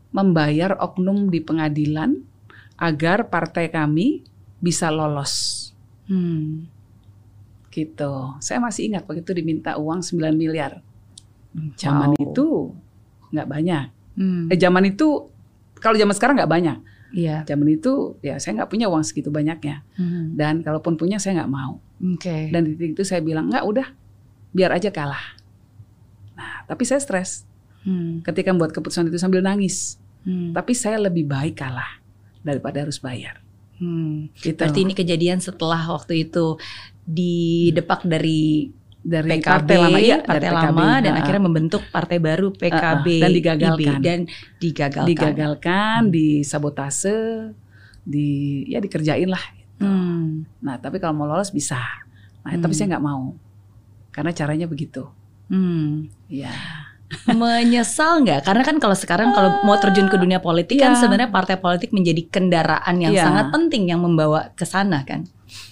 membayar oknum di pengadilan agar partai kami bisa lolos. Hmm. Gitu. Saya masih ingat waktu itu diminta uang sembilan miliar. Zaman wow. itu nggak banyak. Hmm. Eh zaman itu kalau zaman sekarang nggak banyak. Iya. Zaman itu ya saya nggak punya uang segitu banyaknya. Hmm. Dan kalaupun punya saya nggak mau. Okay. Dan di titik itu saya bilang nggak, udah biar aja kalah. Nah tapi saya stres. Hmm. Ketika membuat keputusan itu sambil nangis. Hmm. Tapi saya lebih baik kalah daripada harus bayar. Hmm, gitu. Berarti ini kejadian setelah waktu itu didepak dari dari P K B, partai lama, ya, partai lama P K B, dan uh, akhirnya membentuk partai baru P K B uh, uh, dan digagalkan, I B, dan digagalkan, digagalkan, hmm. disabotase, di ya dikerjain lah. Gitu. Hmm. Nah tapi kalau mau lolos bisa, nah hmm. tapi saya nggak mau karena caranya begitu. Hmm. Ya. Menyesal nggak? Karena kan kalau sekarang kalau mau terjun ke dunia politik yeah. kan sebenarnya partai politik menjadi kendaraan yang yeah. sangat penting yang membawa ke sana kan?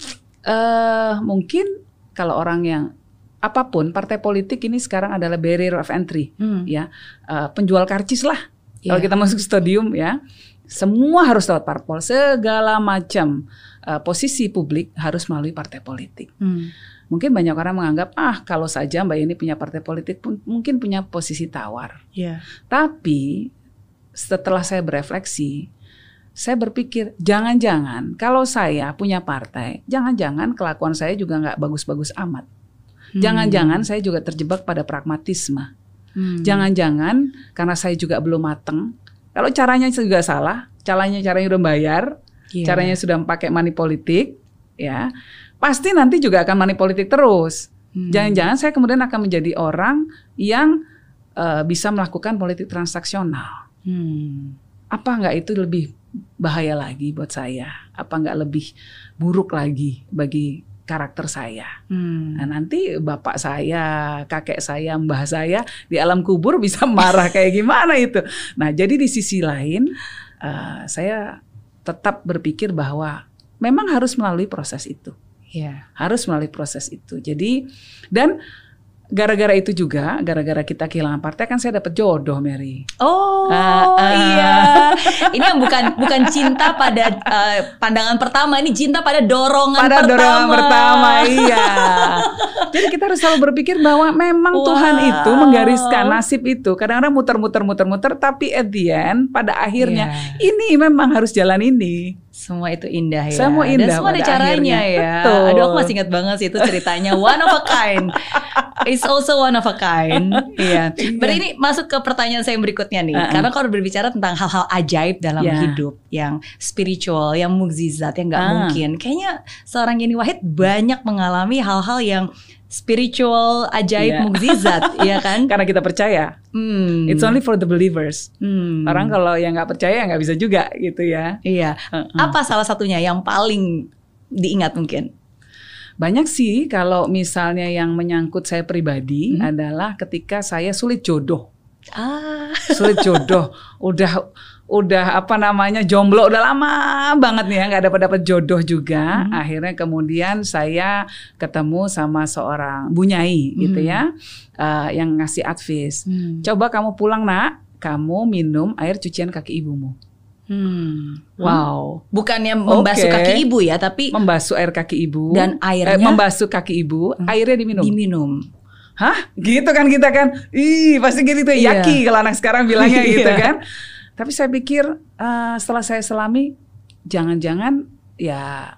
Uh, mungkin kalau orang yang apapun partai politik ini sekarang adalah barrier of entry, hmm. ya uh, penjual karcis lah. Yeah. Kalau kita masuk stadium ya, semua harus lewat parpol, segala macam uh, posisi publik harus melalui partai politik. Hmm. Mungkin banyak orang menganggap, ah kalau saja Mbak Yeni punya partai politik pun mungkin punya posisi tawar. Yeah. Tapi setelah saya berefleksi, saya berpikir jangan-jangan kalau saya punya partai, jangan-jangan kelakuan saya juga nggak bagus-bagus amat. Hmm. Jangan-jangan saya juga terjebak pada pragmatisme. Hmm. Jangan-jangan karena saya juga belum mateng. Kalau caranya juga salah, caranya caranya udah bayar, yeah. caranya sudah pakai money politik, ya. Pasti nanti juga akan money politik terus. Hmm. Jangan-jangan saya kemudian akan menjadi orang yang uh, bisa melakukan politik transaksional. Hmm. Apa nggak itu lebih bahaya lagi buat saya? Apa nggak lebih buruk lagi bagi karakter saya? Hmm. Nah, nanti bapak saya, kakek saya, mbah saya di alam kubur bisa marah kayak gimana itu? Nah, jadi di sisi lain uh, saya tetap berpikir bahwa memang harus melalui proses itu. Ya, harus melalui proses itu. Jadi dan gara-gara itu juga, gara-gara kita kehilangan partai kan saya dapat jodoh, Mary. Oh uh, uh. iya, ini yang bukan bukan cinta pada uh, pandangan pertama, ini cinta pada dorongan pada pertama. dorongan pertama, iya. Jadi kita harus selalu berpikir bahwa memang wow. Tuhan itu menggariskan nasib itu. Kadang-kadang muter-muter, muter-muter, tapi at the end, pada akhirnya yeah. ini memang harus jalan ini. Semua itu indah ya. Semua indah. Dan semua ada caranya akhirnya. Ya. Betul. Aduh, aku masih ingat banget sih itu ceritanya. One of a kind. It's also one of a kind. Iya. Berarti ini masuk ke pertanyaan saya yang berikutnya nih. Uh-uh. Karena kalau berbicara tentang hal-hal ajaib dalam yeah. hidup, yang spiritual, yang mukjizat, yang nggak uh. mungkin. Kayaknya seorang Yeni Wahid banyak mengalami hal-hal yang spiritual, ajaib, yeah. mukjizat, ya kan? Karena kita percaya. Hmm. It's only for the believers. Hmm. Orang kalau yang nggak percaya nggak bisa juga, gitu ya. Iya. Uh-uh. Apa salah satunya yang paling diingat mungkin? Banyak sih. Kalau misalnya yang menyangkut saya pribadi hmm. adalah ketika saya sulit jodoh. Ah. Sulit jodoh. Udah. Udah apa namanya jomblo udah lama banget nih ya nggak dapat dapat jodoh juga. Hmm. Akhirnya kemudian saya ketemu sama seorang Bu Nyai hmm. gitu ya, uh, yang ngasih advice. Hmm. Coba kamu pulang nak, kamu minum air cucian kaki ibumu. Hmm. Wow. Bukannya membasuh okay. kaki ibu ya, tapi membasuh air kaki ibu dan airnya eh, membasuh kaki ibu, hmm. airnya diminum. Diminum. Hah? Gitu kan kita kan? Ih pasti gitu tuh yeah. Yaki kalau anak sekarang bilangnya gitu kan. Tapi saya pikir uh, setelah saya selami, jangan-jangan ya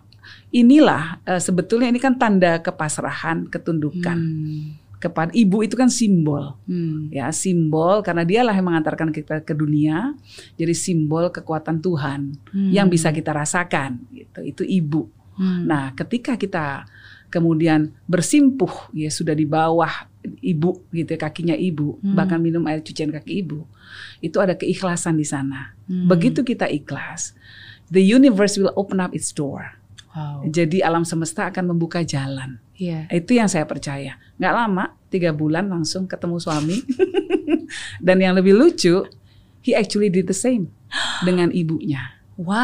inilah uh, sebetulnya ini kan tanda kepasrahan, ketundukan hmm. kepada ibu itu kan simbol, hmm. ya simbol karena dialah yang mengantarkan kita ke dunia, jadi simbol kekuatan Tuhan hmm. yang bisa kita rasakan, gitu. Itu ibu. Hmm. Nah, ketika kita kemudian bersimpuh, ya sudah di bawah ibu, gitu ya, kakinya ibu, hmm. bahkan minum air cucian kaki ibu. Itu ada keikhlasan di sana. Hmm. Begitu kita ikhlas, the universe will open up its door. Wow. Jadi alam semesta akan membuka jalan. Yeah. Itu yang saya percaya. Nggak lama, tiga bulan langsung ketemu suami. Dan yang lebih lucu, he actually did the same dengan ibunya.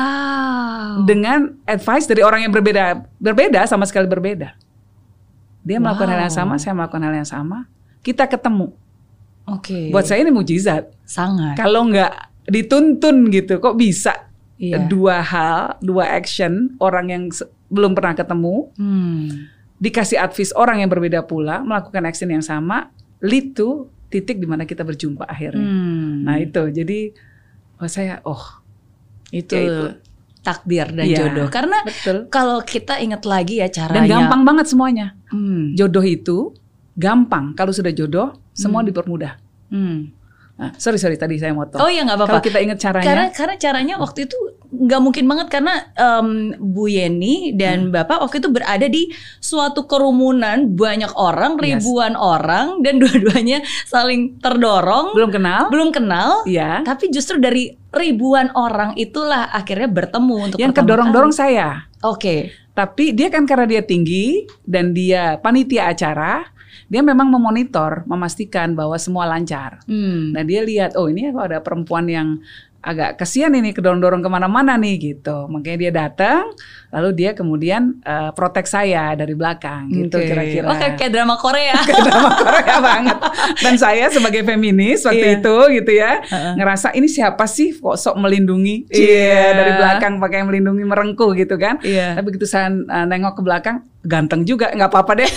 Wow. Dengan advice dari orang yang berbeda, berbeda sama sekali berbeda. Dia melakukan wow. hal yang sama, saya melakukan hal yang sama. Kita ketemu. Oke. Okay. Buat saya ini mukjizat. Sangat. Kalau nggak dituntun gitu. Kok bisa Iya. dua hal, dua action orang yang se- belum pernah ketemu, Hmm. dikasih advice orang yang berbeda pula, melakukan action yang sama, lead to titik di mana kita berjumpa akhirnya. Hmm. Nah itu, jadi oh saya, oh itu, ya itu. takdir dan Iya, jodoh. Karena betul. kalau kita ingat lagi ya Dan caranya. gampang banget semuanya. Hmm. Jodoh itu gampang. Kalau sudah jodoh, semua Hmm. dipermudah. Hmm. Nah, sorry sorry tadi saya motong. Oh ya nggak apa-apa. Kalau kita ingat caranya, Karena karena caranya waktu itu nggak mungkin banget karena em, Bu Yeni dan Hmm. Bapak waktu itu berada di suatu kerumunan banyak orang, Yes. ribuan orang dan dua-duanya saling terdorong, belum kenal, belum kenal, ya. tapi justru dari ribuan orang itulah akhirnya bertemu untuk Yang pertama kedorong-dorong kali. saya. Oke. Tapi dia kan karena dia tinggi dan dia panitia acara, dia memang memonitor, memastikan bahwa semua lancar. Hmm. Nah dia lihat, oh ini kok ada perempuan yang agak kesian ini kedorong-dorong kemana-mana nih gitu. Makanya dia datang, lalu dia kemudian uh, protek saya dari belakang gitu Oke. kira-kira. Oh, kayak, kayak drama Korea. Kayak drama Korea banget. Dan saya sebagai feminis waktu Iya. itu gitu ya, Uh-uh. ngerasa ini siapa sih kok sok melindungi? Iya. Iya, dari belakang pakai melindungi merengkuh gitu kan. Iya. Tapi begitu saya uh, nengok ke belakang, ganteng juga, nggak apa-apa deh.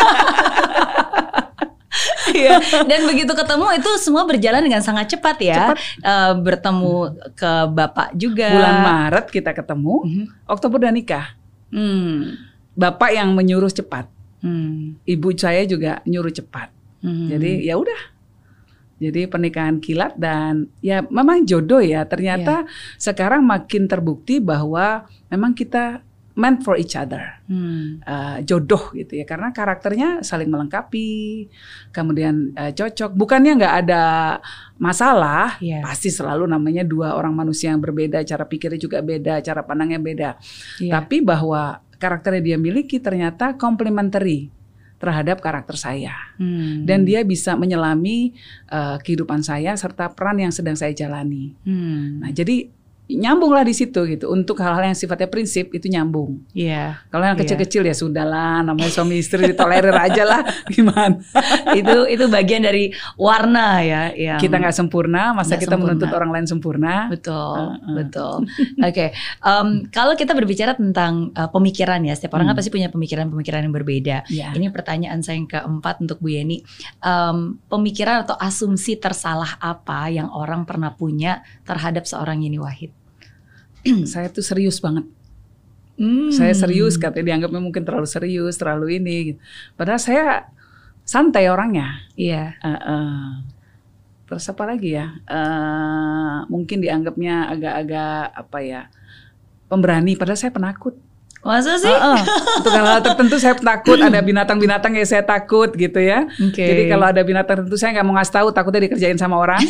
Iya. Dan begitu ketemu itu semua berjalan dengan sangat cepat ya. Cepat. Eh, bertemu ke Bapak juga. Bulan Maret kita ketemu, Mhm. Oktober udah nikah. Hmm. Bapak yang menyuruh cepat, Hmm. ibu saya juga nyuruh cepat. Hmm. Jadi ya udah. Jadi pernikahan kilat dan ya memang jodoh ya. Ternyata sekarang makin terbukti bahwa memang kita meant for each other. Hmm. Uh, jodoh gitu ya, karena karakternya saling melengkapi, kemudian uh, cocok. Bukannya nggak ada masalah, Iya. pasti selalu namanya dua orang manusia yang berbeda, cara pikirnya juga beda, cara pandangnya beda. Iya. Tapi bahwa karakternya dia miliki ternyata complementary terhadap karakter saya, Hmm. dan dia bisa menyelami uh, kehidupan saya serta peran yang sedang saya jalani. Hmm. Nah, jadi nyambunglah di situ gitu. Untuk hal-hal yang sifatnya prinsip itu nyambung. Iya. Kalau yang Iya. kecil-kecil ya sudahlah, namanya suami istri ditolerir aja lah, gimana? itu itu bagian dari warna ya. Yang Kita nggak sempurna, masa Nggak kita sempurna. menuntut orang lain sempurna? Betul, Uh-uh. betul. Oke, Em, kalau kita berbicara tentang uh, pemikiran ya, setiap orang kan Hmm. pasti punya pemikiran-pemikiran yang berbeda. Ya. Ini pertanyaan saya yang keempat untuk Bu Yeni. Em, pemikiran atau asumsi tersalah apa yang orang pernah punya terhadap seorang Yeni Wahid? Saya tuh serius banget. Hmm. Saya serius, katanya dianggapnya mungkin terlalu serius, terlalu ini. Gitu. Padahal saya santai orangnya. Iya. Uh-uh. Terus apa lagi ya? Uh, mungkin dianggapnya agak-agak apa ya? Pemberani. Padahal saya penakut. Masa sih? Uh-uh. Untuk hal-hal tertentu saya takut. Ada binatang-binatang yang saya takut gitu ya. Oke. Jadi kalau ada binatang tertentu saya nggak mau ngasih tahu, takutnya dikerjain sama orang.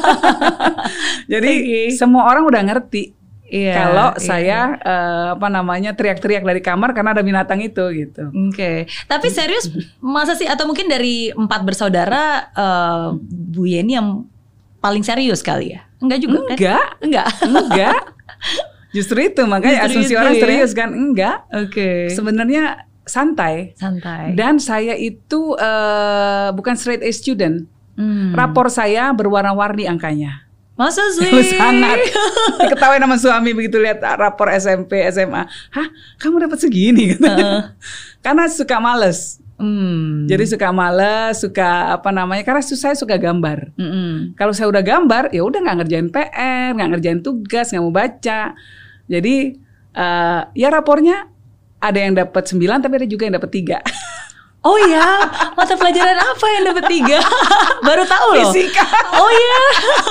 Jadi Oke. semua orang udah ngerti. Iya, Kalau iya. saya eh, apa namanya teriak-teriak dari kamar karena ada binatang itu gitu. Oke, tapi serius masa sih atau mungkin dari empat bersaudara eh, Bu Yeni yang paling serius kali ya? Enggak juga kan? Enggak, Enggak. enggak. Justru itu makanya Justru asumsi itu orang ya. serius kan? Enggak. Oke. Sebenarnya santai. Santai. Dan saya itu eh, bukan straight A student. Hmm. Rapor saya berwarna-warni angkanya. Masa sih? Sangat. Diketawain sama suami begitu lihat rapor S M P, S M A. Hah, kamu dapat segini? Uh. Karena suka males. Hmm. Jadi suka males, suka apa namanya? Karena saya suka gambar. Mm-mm. Kalau saya udah gambar, ya udah nggak ngerjain P R, nggak ngerjain tugas, nggak mau baca. Jadi uh, ya rapornya ada yang dapat sembilan, tapi ada juga yang dapat tiga. Oh ya, mata pelajaran apa yang dapat tiga? Baru tahu loh. Fisika. Oh ya.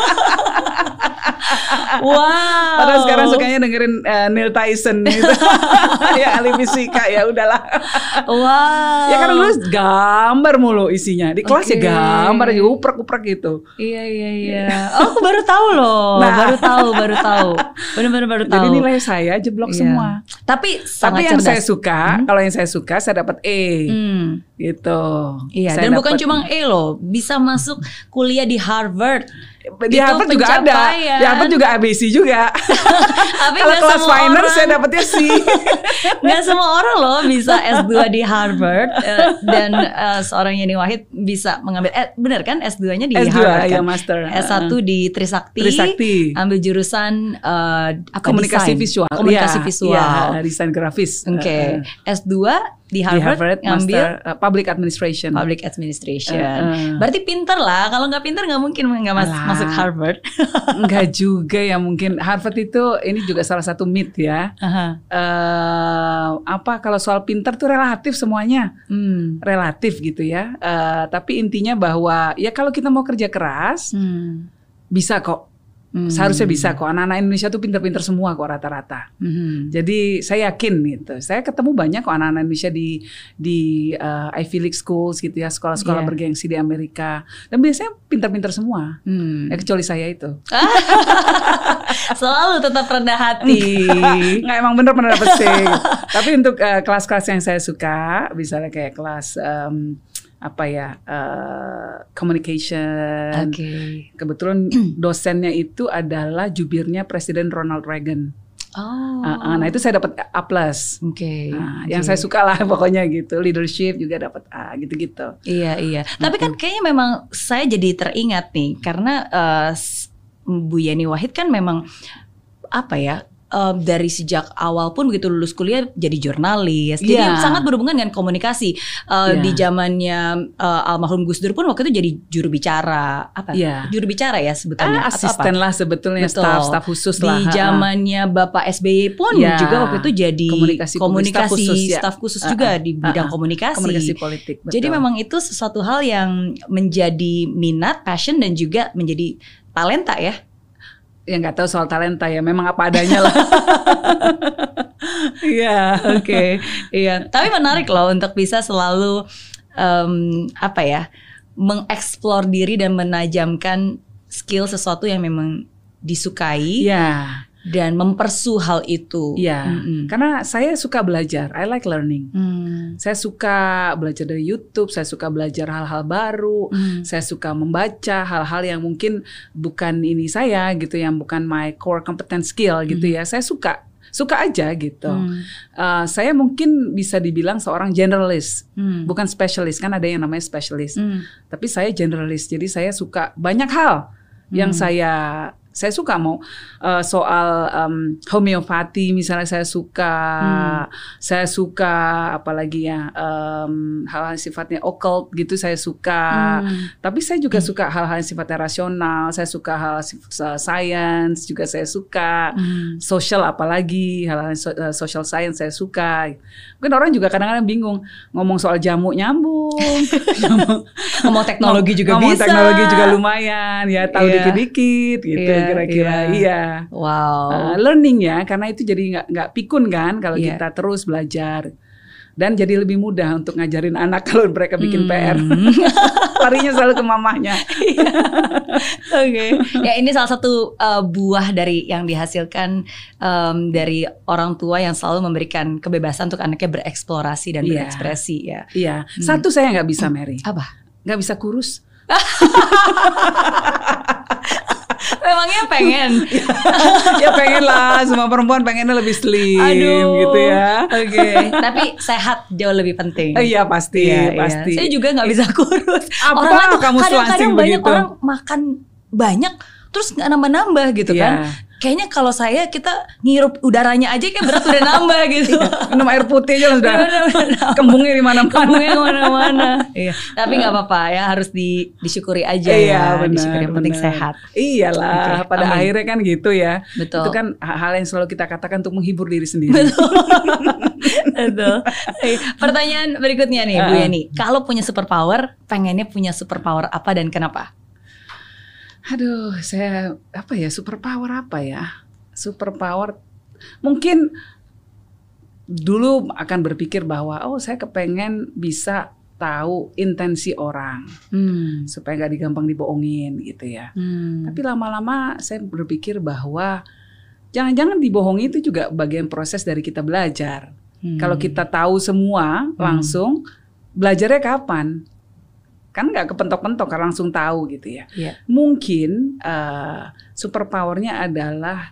Wow. Padahal sekarang sukanya dengerin uh, Neil Tyson gitu. Ya ahli fisika, ya udahlah. Wow. Ya karena dulu gambar mulu isinya. Di kelas Oke. ya gambar aja uprek-uprek gitu. Iya iya iya. Oh, aku baru tahu loh. Nah. Baru tahu, baru tahu. Benar-benar baru tahu. Jadi nilai saya jeblok Iya. semua. Tapi Tapi sangat yang cerdas. saya suka, Hmm. kalau yang saya suka saya dapat E. Hmm. gitu. Iya, saya dan dapet, bukan cuma E loh, bisa masuk kuliah di Harvard. Di Harvard juga ada, di Harvard juga A B C juga. Kalau kelas finance saya dapetnya C. Nggak semua orang loh bisa S dua di Harvard uh, dan uh, seorang Yeni Wahid bisa mengambil, eh, benar kan S dua-nya di S dua, Harvard kan? Ya, master. S satu di Trisakti, Trisakti. Ambil jurusan uh, apa, komunikasi desain. visual. Komunikasi ya, visual. Ya, desain grafis. Oke. Okay. Uh, S dua di Harvard, di Harvard ngambil master, uh, public administration. Public administration. Uh, uh. Berarti Berarti pinter lah. Kalau nggak pinter nggak mungkin nggak mas masuk Harvard. Enggak juga ya, mungkin Harvard itu ini juga salah satu myth ya. Uh-huh. Uh, apa kalau soal pinter tuh relatif semuanya, hmm. relatif gitu ya. Uh, tapi intinya bahwa ya kalau kita mau kerja keras hmm. bisa kok. Hmm. Seharusnya bisa kok, anak-anak Indonesia tuh pinter-pinter semua kok rata-rata. Hmm. Jadi saya yakin gitu. Saya ketemu banyak kok anak-anak Indonesia di di uh, Ivy League schools gitu ya, sekolah-sekolah yeah. bergengsi di Amerika. Dan biasanya pinter-pinter semua. Hmm. Ya, kecuali saya itu. Selalu tetap rendah hati. Nggak, emang bener bener dapet C. Tapi untuk uh, kelas-kelas yang saya suka, misalnya kayak kelas um, apa ya, uh, communication. Okay. Kebetulan dosennya itu adalah jubirnya Presiden Ronald Reagan. Oh. Uh, uh, nah itu saya dapat A plus. Oke. Okay. Nah, okay. Yang saya suka lah pokoknya gitu. Leadership juga dapat A gitu-gitu. Iya iya. Mm-hmm. Tapi kan kayaknya memang saya jadi teringat nih karena uh, Bu Yeni Wahid kan memang apa ya? Um, dari sejak awal pun begitu lulus kuliah jadi jurnalis, yeah. jadi sangat berhubungan dengan komunikasi. Uh, yeah. Di zamannya uh, almarhum Gus Dur pun waktu itu jadi juru bicara, apa? Yeah. Juru bicara ya sebetulnya. Ah, asisten lah sebetulnya, staf-staf khusus di lah. Di zamannya Bapak S B Y pun yeah. juga waktu itu jadi komunikasi, komunikasi staf khusus, ya. staf khusus uh, juga uh, di bidang uh, uh, komunikasi. Komunikasi politik. Betul. Jadi memang itu sesuatu hal yang menjadi minat, passion dan juga menjadi talenta ya. Ya nggak tahu soal talenta ya, memang apa adanya lah. Iya, oke, iya. Tapi menarik loh untuk bisa selalu um, apa ya, mengeksplor diri dan menajamkan skill sesuatu yang memang disukai. Iya. Dan mempersu hal itu. Iya, mm-hmm. karena saya suka belajar. I like learning. Mm. Saya suka belajar dari YouTube. Saya suka belajar hal-hal baru. Mm. Saya suka membaca hal-hal yang mungkin bukan ini saya gitu, yang bukan my core competence skill gitu mm. ya. Saya suka, suka aja gitu. Mm. Uh, saya mungkin bisa dibilang seorang generalis, mm. bukan spesialis. Kan ada yang namanya spesialis. Mm. Tapi saya generalis. Jadi saya suka banyak hal mm. yang saya Saya suka mau uh, soal um, homeopati misalnya saya suka, hmm. saya suka apalagi ya um, hal-hal sifatnya occult gitu saya suka. Hmm. Tapi saya juga hmm. suka hal-hal yang sifatnya rasional. Saya suka hal uh, science juga saya suka. Hmm. Social apalagi hal-hal so, uh, social science saya suka. Mungkin orang juga kadang-kadang bingung ngomong soal jamu nyambung, ngomong teknologi juga ngomong bisa. Teknologi juga lumayan ya, tahu yeah. dikit-dikit gitu. Yeah. Kira-kira yeah. iya, wow, uh, learning ya, karena itu jadi nggak nggak pikun kan kalau yeah. kita terus belajar dan jadi lebih mudah untuk ngajarin anak kalau mereka bikin hmm. P R. Larinya selalu ke mamahnya. Oke, okay. Ya ini salah satu uh, buah dari yang dihasilkan um, dari orang tua yang selalu memberikan kebebasan untuk anaknya bereksplorasi dan yeah. berekspresi ya. Iya, yeah. hmm. Satu saya nggak bisa, Mary. Apa? Nggak bisa kurus. Memangnya pengen? Ya pengen lah, semua perempuan pengennya lebih slim. Aduh, gitu ya. Oke, okay. Tapi sehat jauh lebih penting. Iya pasti, ya, pasti. Iya. Saya juga nggak bisa kurus. Apa orang itu kamu kadang-kadang banyak begitu? Orang makan banyak terus nggak nambah-nambah gitu yeah. kan. Kayaknya kalau saya kita ngirup udaranya aja kayak berat udah nambah gitu. Minum air putih aja sudah kembungnya di mana-mana. Kembungnya kemana-mana. Iya. Tapi nggak apa-apa ya, harus di, disyukuri aja iya, ya. Benar, disyukuri yang penting benar. Sehat. Iyalah. Okay. Pada Amin. Akhirnya kan gitu ya. Betul. Itu kan hal yang selalu kita katakan untuk menghibur diri sendiri. Betul. Betul. Pertanyaan berikutnya nih, uh. Bu Yeni. Kalau punya superpower, pengennya punya superpower apa dan kenapa? Aduh, saya apa ya, superpower apa ya? Superpower mungkin dulu akan berpikir bahwa oh saya kepengen bisa tahu intensi orang hmm. supaya gak digampang dibohongin gitu ya. Hmm. Tapi lama-lama saya berpikir bahwa jangan-jangan dibohongi itu juga bagian proses dari kita belajar. Hmm. Kalau kita tahu semua langsung, belajarnya kapan? Kan nggak kepentok-pentok, kan langsung tahu gitu ya. Yeah. Mungkin uh, superpowernya adalah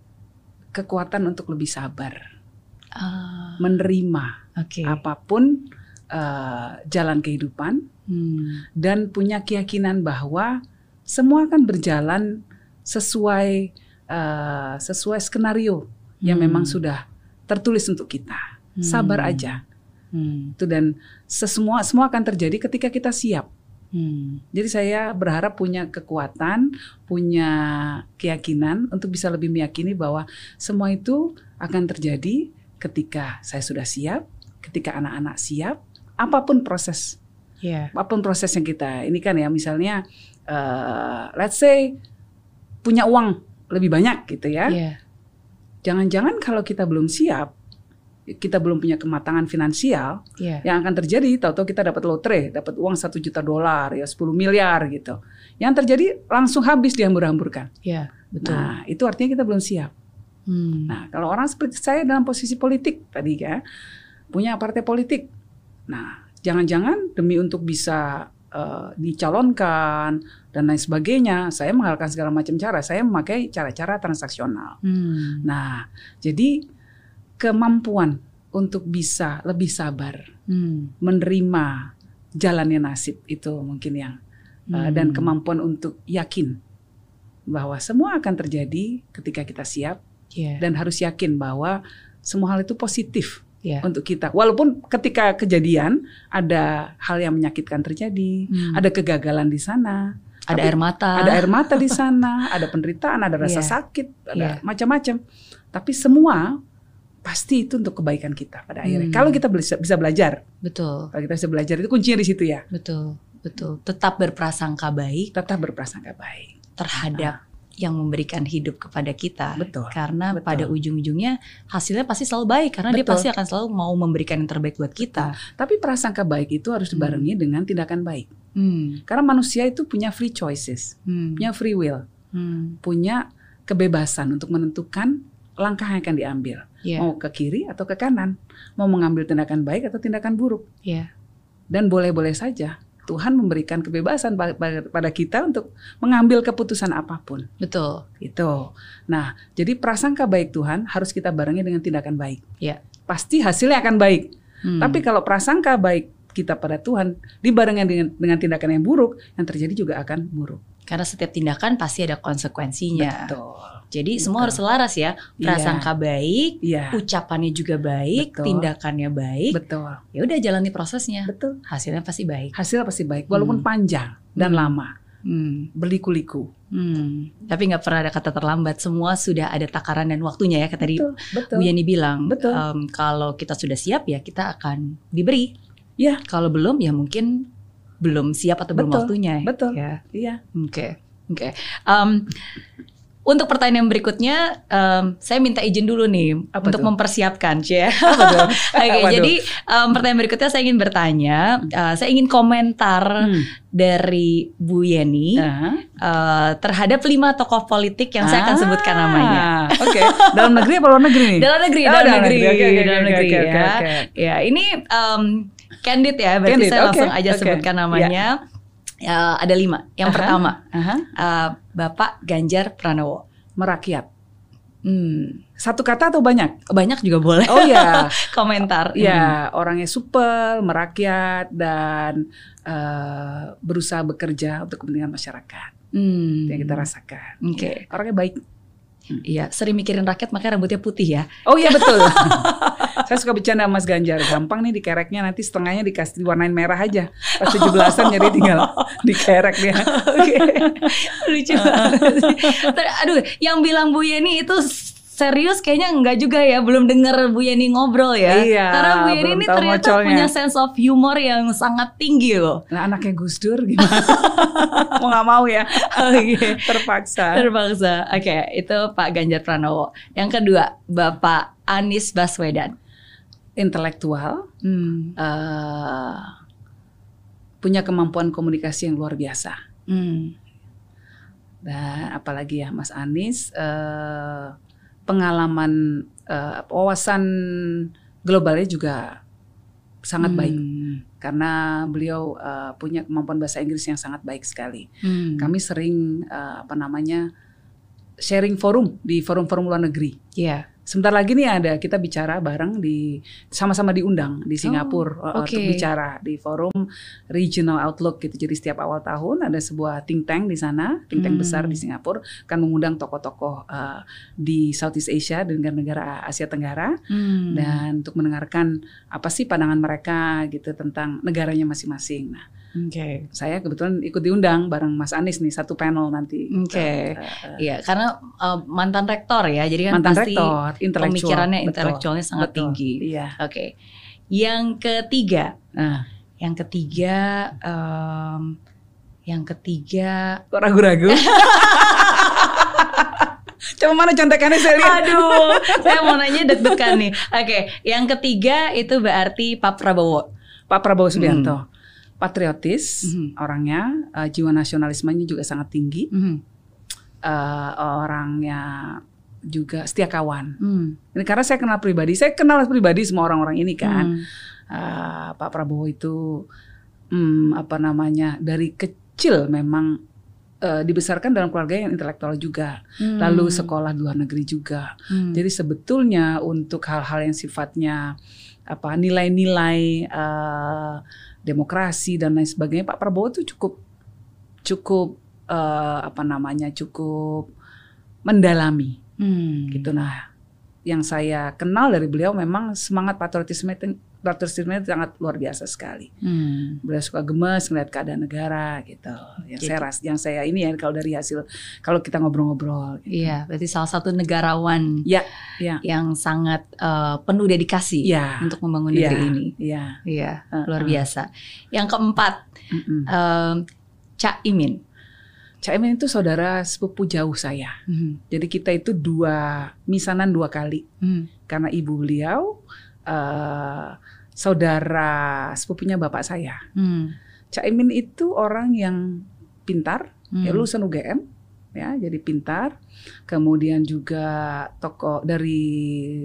kekuatan untuk lebih sabar, uh, menerima okay. apapun uh, jalan kehidupan, hmm. dan punya keyakinan bahwa semua akan berjalan sesuai uh, sesuai skenario yang hmm. memang sudah tertulis untuk kita. Hmm. Sabar aja. Hmm. Itu dan sesemua semua akan terjadi ketika kita siap. Hmm. Jadi saya berharap punya kekuatan, punya keyakinan untuk bisa lebih meyakini bahwa semua itu akan terjadi ketika saya sudah siap, ketika anak-anak siap, apapun proses, yeah. apapun proses yang kita ini kan ya, misalnya, uh, let's say punya uang lebih banyak gitu ya, yeah. jangan-jangan kalau kita belum siap, kita belum punya kematangan finansial, yeah. yang akan terjadi tahu-tahu kita dapat lotre, dapat uang satu juta dolar, ya sepuluh miliar gitu. Yang terjadi langsung habis dihambur-hamburkan. Yeah, betul. Nah, itu artinya kita belum siap. Hmm. Nah, kalau orang seperti saya dalam posisi politik tadi ya, punya partai politik. Nah, jangan-jangan demi untuk bisa uh, dicalonkan dan lain sebagainya, saya menghalalkan segala macam cara. Saya memakai cara-cara transaksional. Hmm. Nah, jadi kemampuan untuk bisa lebih sabar, hmm. menerima jalannya nasib itu mungkin yang hmm. uh, dan kemampuan untuk yakin bahwa semua akan terjadi ketika kita siap, yeah. dan harus yakin bahwa semua hal itu positif, yeah. untuk kita. Walaupun ketika kejadian ada hal yang menyakitkan terjadi, hmm. ada kegagalan di sana, ada air mata, ada air mata di sana, ada penderitaan, ada rasa yeah. sakit, ada yeah. macam-macam. Tapi semua pasti itu untuk kebaikan kita pada akhirnya. Hmm. Kalau kita bisa, bisa belajar. Betul. Kalau kita bisa belajar, itu kuncinya di situ ya. Betul, betul. Tetap berprasangka baik. Tetap berprasangka baik. Terhadap nah. yang memberikan hidup kepada kita. Betul. Karena betul. pada ujung-ujungnya hasilnya pasti selalu baik. Karena betul. dia pasti akan selalu mau memberikan yang terbaik buat kita. Betul. Tapi prasangka baik itu harus dibarengi hmm. dengan tindakan baik. Hmm. Karena manusia itu punya free choices. Hmm. Punya free will. Hmm. Punya kebebasan untuk menentukan langkah yang akan diambil, yeah. mau ke kiri atau ke kanan, mau mengambil tindakan baik atau tindakan buruk, yeah. dan boleh-boleh saja Tuhan memberikan kebebasan pada kita untuk mengambil keputusan apapun. Betul. Itu. Nah, jadi prasangka baik Tuhan harus kita barengi dengan tindakan baik. Yeah. Pasti hasilnya akan baik. Hmm. Tapi kalau prasangka baik kita pada Tuhan dibarengi dengan dengan tindakan yang buruk, yang terjadi juga akan buruk. Karena setiap tindakan pasti ada konsekuensinya. Betul. Jadi Betul. semua harus selaras ya. Prasangka yeah. baik, yeah. ucapannya juga baik, Betul. tindakannya baik. Betul. Ya udah jalani prosesnya. Betul. Hasilnya pasti baik. Hasilnya pasti baik, walaupun hmm. panjang dan hmm. lama, hmm. berliku-liku. Hmm. Tapi nggak pernah ada kata terlambat. Semua sudah ada takaran dan waktunya ya. Kata tadi Bu Yani bilang, um, kalau kita sudah siap ya kita akan diberi. Ya. Kalau belum ya mungkin belum siap atau Betul. belum waktunya. Betul. Ya. Iya. Oke. Okay. Oke. Okay. Um, Untuk pertanyaan berikutnya, um, saya minta izin dulu nih Apa untuk tuh? mempersiapkan, Cie. Oke, okay, jadi um, pertanyaan berikutnya saya ingin bertanya, uh, saya ingin komentar hmm. dari Bu Yani uh-huh. uh, terhadap lima tokoh politik yang ah. saya akan sebutkan namanya. Oke, okay. Dalam negeri apa luar negeri nih? Dalam negeri, oh, dalam dalam negeri, negeri, okay, okay, dalam okay, negeri okay, ya. Okay, okay. Ya, ini um, candid ya, berarti candid, saya okay, langsung aja okay. sebutkan namanya. Yeah. Uh, ada lima. Yang uh-huh. pertama, uh-huh. uh, Bapak Ganjar Pranowo. Merakyat. Hmm. Satu kata atau banyak? Banyak juga boleh. Oh ya. Komentar. Ya, hmm. orangnya supel, merakyat dan uh, berusaha bekerja untuk kepentingan masyarakat. Hmm. Yang kita rasakan. Oke. Okay. Ya, orangnya baik. Iya, sering mikirin rakyat makanya rambutnya putih ya. Oh iya betul. Saya suka bercanda Mas Ganjar, gampang nih dikereknya, nanti setengahnya dikasih diwarnain merah aja. Pas tujuh belasan jadi tinggal dikerek dia. Oke. Lucu banget. Aduh, yang bilang Bu Yani itu serius kayaknya enggak juga ya, belum dengar Bu Yani ngobrol ya. Iya, karena Bu Yani ini ternyata mocolnya. punya sense of humor yang sangat tinggi loh. Nah, anaknya Gus Dur gimana? Mau nggak mau ya. Okay. Terpaksa. Terpaksa. Oke, okay, itu Pak Ganjar Pranowo. Yang kedua, Bapak Anies Baswedan. Intelektual, hmm. uh, punya kemampuan komunikasi yang luar biasa. Hmm. Dan apalagi ya Mas Anies, uh, pengalaman uh, wawasan globalnya juga sangat baik. Hmm. karena beliau uh, punya kemampuan bahasa Inggris yang sangat baik sekali. Hmm. Kami sering uh, apa namanya sharing forum di forum-forum luar negeri. Iya. Yeah. Sebentar lagi nih ada kita bicara bareng di sama-sama diundang di Singapura oh, okay. untuk bicara di forum Regional Outlook gitu. Jadi setiap awal tahun ada sebuah think tank di sana, think tank hmm. besar di Singapura akan mengundang tokoh-tokoh uh, di Southeast Asia dan negara-negara Asia Tenggara hmm. dan untuk mendengarkan apa sih pandangan mereka gitu tentang negaranya masing-masing. Nah, Oke, okay. saya kebetulan ikut diundang bareng Mas Anies nih satu panel nanti. Oke, okay. uh, iya karena uh, mantan rektor ya, jadi kan mantan pasti rektor, pemikirannya betul. intelektualnya sangat betul. tinggi. Iya. Oke, okay. Yang ketiga, uh. yang ketiga, um, yang ketiga, kok ragu-ragu? Coba mana contekannya saya lihat. Aduh, saya mau nanya deg-degan nih. Oke, okay. Yang ketiga itu berarti Pak Prabowo. Pak Prabowo Subianto. Hmm. Patriotis mm-hmm. orangnya, uh, jiwa nasionalismenya juga sangat tinggi, mm-hmm. uh, orangnya juga setia kawan. Mm. Ini karena saya kenal pribadi, saya kenal pribadi semua orang-orang ini kan. Mm. Uh, Pak Prabowo itu um, apa namanya dari kecil memang uh, dibesarkan dalam keluarga yang intelektual juga, mm. lalu sekolah di luar negeri juga. Mm. Jadi sebetulnya untuk hal-hal yang sifatnya apa nilai-nilai uh, demokrasi dan lain sebagainya, Pak Prabowo itu cukup cukup uh, apa namanya cukup mendalami, hmm. gitu. Nah, yang saya kenal dari beliau memang semangat patriotisme patriotisme sangat luar biasa sekali. Hmm. Beliau suka gemes ngeliat keadaan negara gitu. Yang gitu. saya ras, yang saya ini ya kalau dari hasil kalau kita ngobrol-ngobrol. Gitu. Iya, berarti salah satu negarawan ya, ya. yang sangat uh, penuh dedikasi ya. untuk membangun negeri ya. ini. Iya, iya, uh, luar uh. biasa. Yang keempat, um, Cak Imin. Cak Imin itu saudara sepupu jauh saya. Hmm. Jadi kita itu dua misanan dua kali. Hmm. Karena ibu beliau uh, saudara sepupunya bapak saya. Hmm. Cak Imin itu orang yang pintar, hmm. ya lulusan U G M, ya jadi pintar. Kemudian juga tokoh dari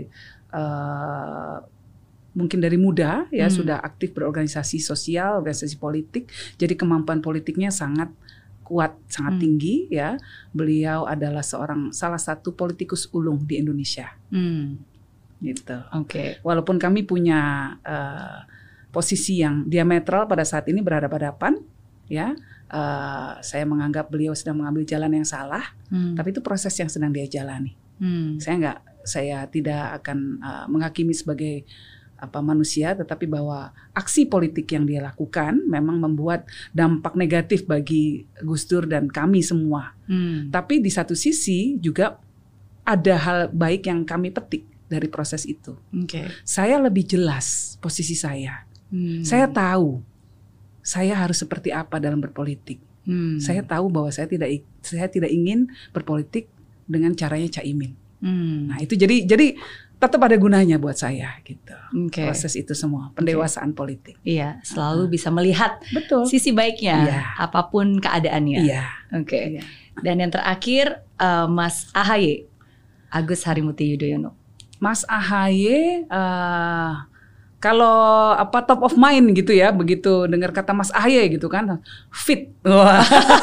uh, mungkin dari muda ya hmm. sudah aktif berorganisasi sosial, organisasi politik. Jadi kemampuan politiknya sangat kuat, sangat hmm. tinggi ya. Beliau adalah seorang salah satu politikus ulung di Indonesia. Hmm. Gitu. Oke. Okay. Walaupun kami punya uh, posisi yang diametral pada saat ini berhadapan-hadapan, ya, uh, saya menganggap beliau sedang mengambil jalan yang salah, hmm. tapi itu proses yang sedang dia jalani. Hmm. Saya nggak, saya tidak akan uh, menghakimi sebagai apa manusia, tetapi bahwa aksi politik yang dia lakukan memang membuat dampak negatif bagi Gus Dur dan kami semua. Hmm. Tapi di satu sisi juga ada hal baik yang kami petik dari proses itu. Okay. Saya lebih jelas posisi saya. Hmm. Saya tahu saya harus seperti apa dalam berpolitik. Hmm. Saya tahu bahwa saya tidak saya tidak ingin berpolitik dengan caranya Cak Imin. Hmm. Nah itu jadi jadi tetap ada gunanya buat saya gitu. Okay. Proses itu semua pendewasaan okay. politik. Iya, selalu uh, bisa melihat betul. Sisi baiknya iya. apapun keadaannya. Iya. Oke. Okay. Iya. Dan yang terakhir uh, Mas A H Y, Agus Harimurti Yudhoyono. Mas A H Y uh, kalau apa top of mind gitu ya, begitu dengar kata Mas A H Y gitu kan, fit, wah,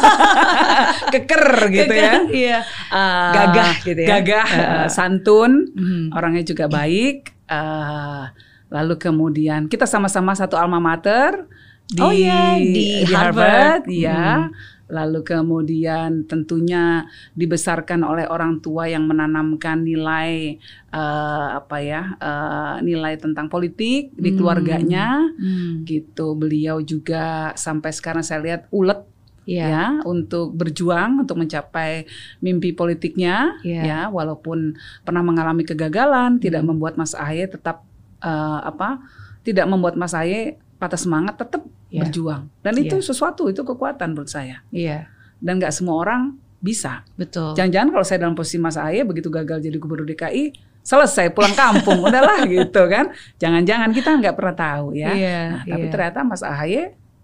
keker gitu keker, ya, iya. uh, gagah gitu ya, gagah, uh, santun, mm. orangnya juga baik. Uh, lalu kemudian kita sama-sama satu alma mater di, oh, ya, di, di Harvard, Harvard, ya. Mm. Lalu kemudian tentunya dibesarkan oleh orang tua yang menanamkan nilai uh, apa ya uh, nilai tentang politik di keluarganya, hmm. gitu. Beliau juga sampai sekarang saya lihat ulet yeah. ya untuk berjuang untuk mencapai mimpi politiknya, yeah. ya walaupun pernah mengalami kegagalan, hmm. tidak membuat Mas Ahaye tetap uh, apa tidak membuat Mas Ahaye patah semangat, tetap yeah. berjuang. Dan itu yeah. sesuatu, itu kekuatan menurut saya. Yeah. Dan gak semua orang bisa. Betul. Jangan-jangan kalau saya dalam posisi Mas Ahaye begitu gagal jadi gubernur D K I, selesai pulang kampung, udahlah gitu kan. Jangan-jangan kita nggak pernah tahu ya. Yeah, nah, tapi yeah. ternyata Mas Ahaye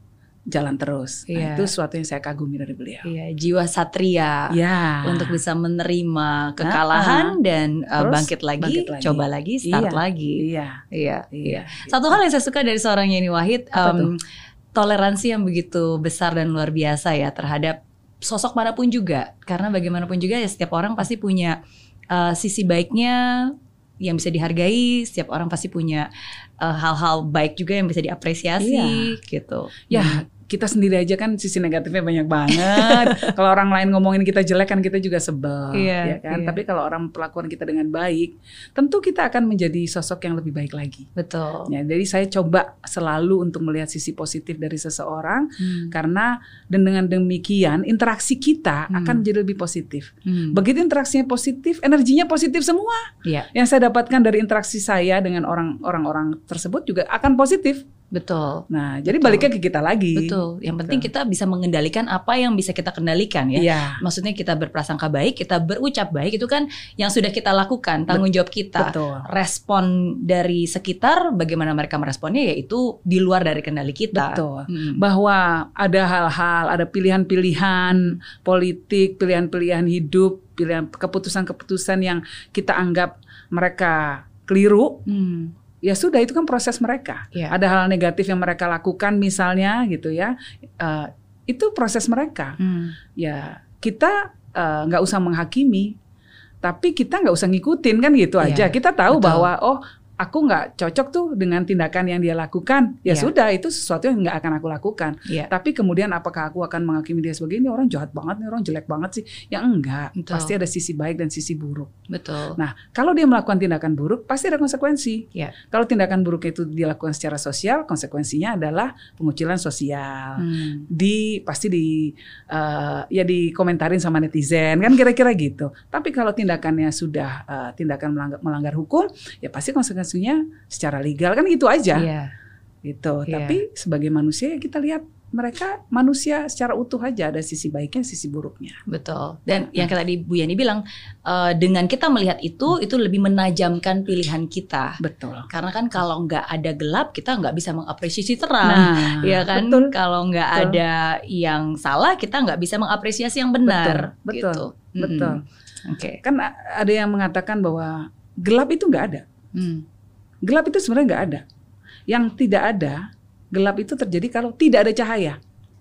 jalan terus. Yeah. Nah, itu sesuatu yang saya kagumi dari beliau. Yeah, jiwa satria yeah. untuk bisa menerima kekalahan nah, dan uh, bangkit, lagi, bangkit lagi, coba lagi, start iya. lagi. Iya, iya, iya. Gitu. Satu hal yang saya suka dari seorang Yeni Wahid, um, toleransi yang begitu besar dan luar biasa ya terhadap sosok manapun juga. Karena bagaimanapun juga ya setiap orang pasti punya uh, sisi baiknya yang bisa dihargai, setiap orang pasti punya uh, hal-hal baik juga yang bisa diapresiasi, iya. gitu. Ya, hmm. kita sendiri aja kan sisi negatifnya banyak banget. Kalau orang lain ngomongin kita jelek kan kita juga sebel, iya, ya kan. Iya. Tapi kalau orang perlakuan kita dengan baik, tentu kita akan menjadi sosok yang lebih baik lagi. Betul. Ya, jadi saya coba selalu untuk melihat sisi positif dari seseorang, hmm. karena dan dengan demikian interaksi kita hmm. akan menjadi lebih positif. Hmm. Begitu interaksinya positif, energinya positif semua. Iya. Yang saya dapatkan dari interaksi saya dengan orang-orang tersebut juga akan positif. Betul. Nah, jadi Betul. baliknya ke kita lagi. Betul. Yang penting Betul. kita bisa mengendalikan apa yang bisa kita kendalikan ya. Iya. Maksudnya kita berprasangka baik, kita berucap baik, itu kan yang sudah kita lakukan, tanggung jawab kita. Betul. Respon dari sekitar, bagaimana mereka meresponnya, yaitu di luar dari kendali kita. Betul. Hmm. Bahwa ada hal-hal, ada pilihan-pilihan politik, pilihan-pilihan hidup, pilihan keputusan-keputusan yang kita anggap mereka keliru. Hmm. Ya sudah, itu kan proses mereka. Yeah. Ada hal negatif yang mereka lakukan misalnya gitu ya, uh, itu proses mereka. Hmm. Ya kita nggak uh, usah menghakimi, tapi kita nggak usah ngikutin kan gitu yeah. aja. Kita tahu Betul. bahwa oh aku nggak cocok tuh dengan tindakan yang dia lakukan. Ya yeah. sudah, itu sesuatu yang nggak akan aku lakukan. Yeah. Tapi kemudian apakah aku akan menghakimi dia sebagai ini orang jahat banget nih, orang jelek banget sih? Ya enggak. Betul. Pasti ada sisi baik dan sisi buruk. Betul. Nah, kalau dia melakukan tindakan buruk, pasti ada konsekuensi. Yeah. Kalau tindakan buruk itu dilakukan secara sosial, konsekuensinya adalah pengucilan sosial. Hmm. Di pasti di uh, ya dikomentarin sama netizen kan kira-kira gitu. Tapi kalau tindakannya sudah uh, tindakan melanggar, melanggar hukum, ya pasti konsekuensinya secara legal kan gitu aja. Yeah. Gitu. Yeah. Tapi sebagai manusia ya kita lihat mereka manusia secara utuh aja, ada sisi baiknya, sisi buruknya. Betul. Dan hmm. yang tadi Bu Yani bilang, uh, dengan kita melihat itu, itu lebih menajamkan pilihan kita. Betul. Karena kan kalau nggak ada gelap, kita nggak bisa mengapresiasi terang, nah, ya kan? Betul. Kalau nggak betul. ada yang salah, kita nggak bisa mengapresiasi yang benar. Betul. Betul. Gitu. Betul. Hmm. Oke. Okay. Kan ada yang mengatakan bahwa gelap itu nggak ada. Hmm. Gelap itu sebenarnya nggak ada. Yang tidak ada, gelap itu terjadi kalau tidak ada cahaya.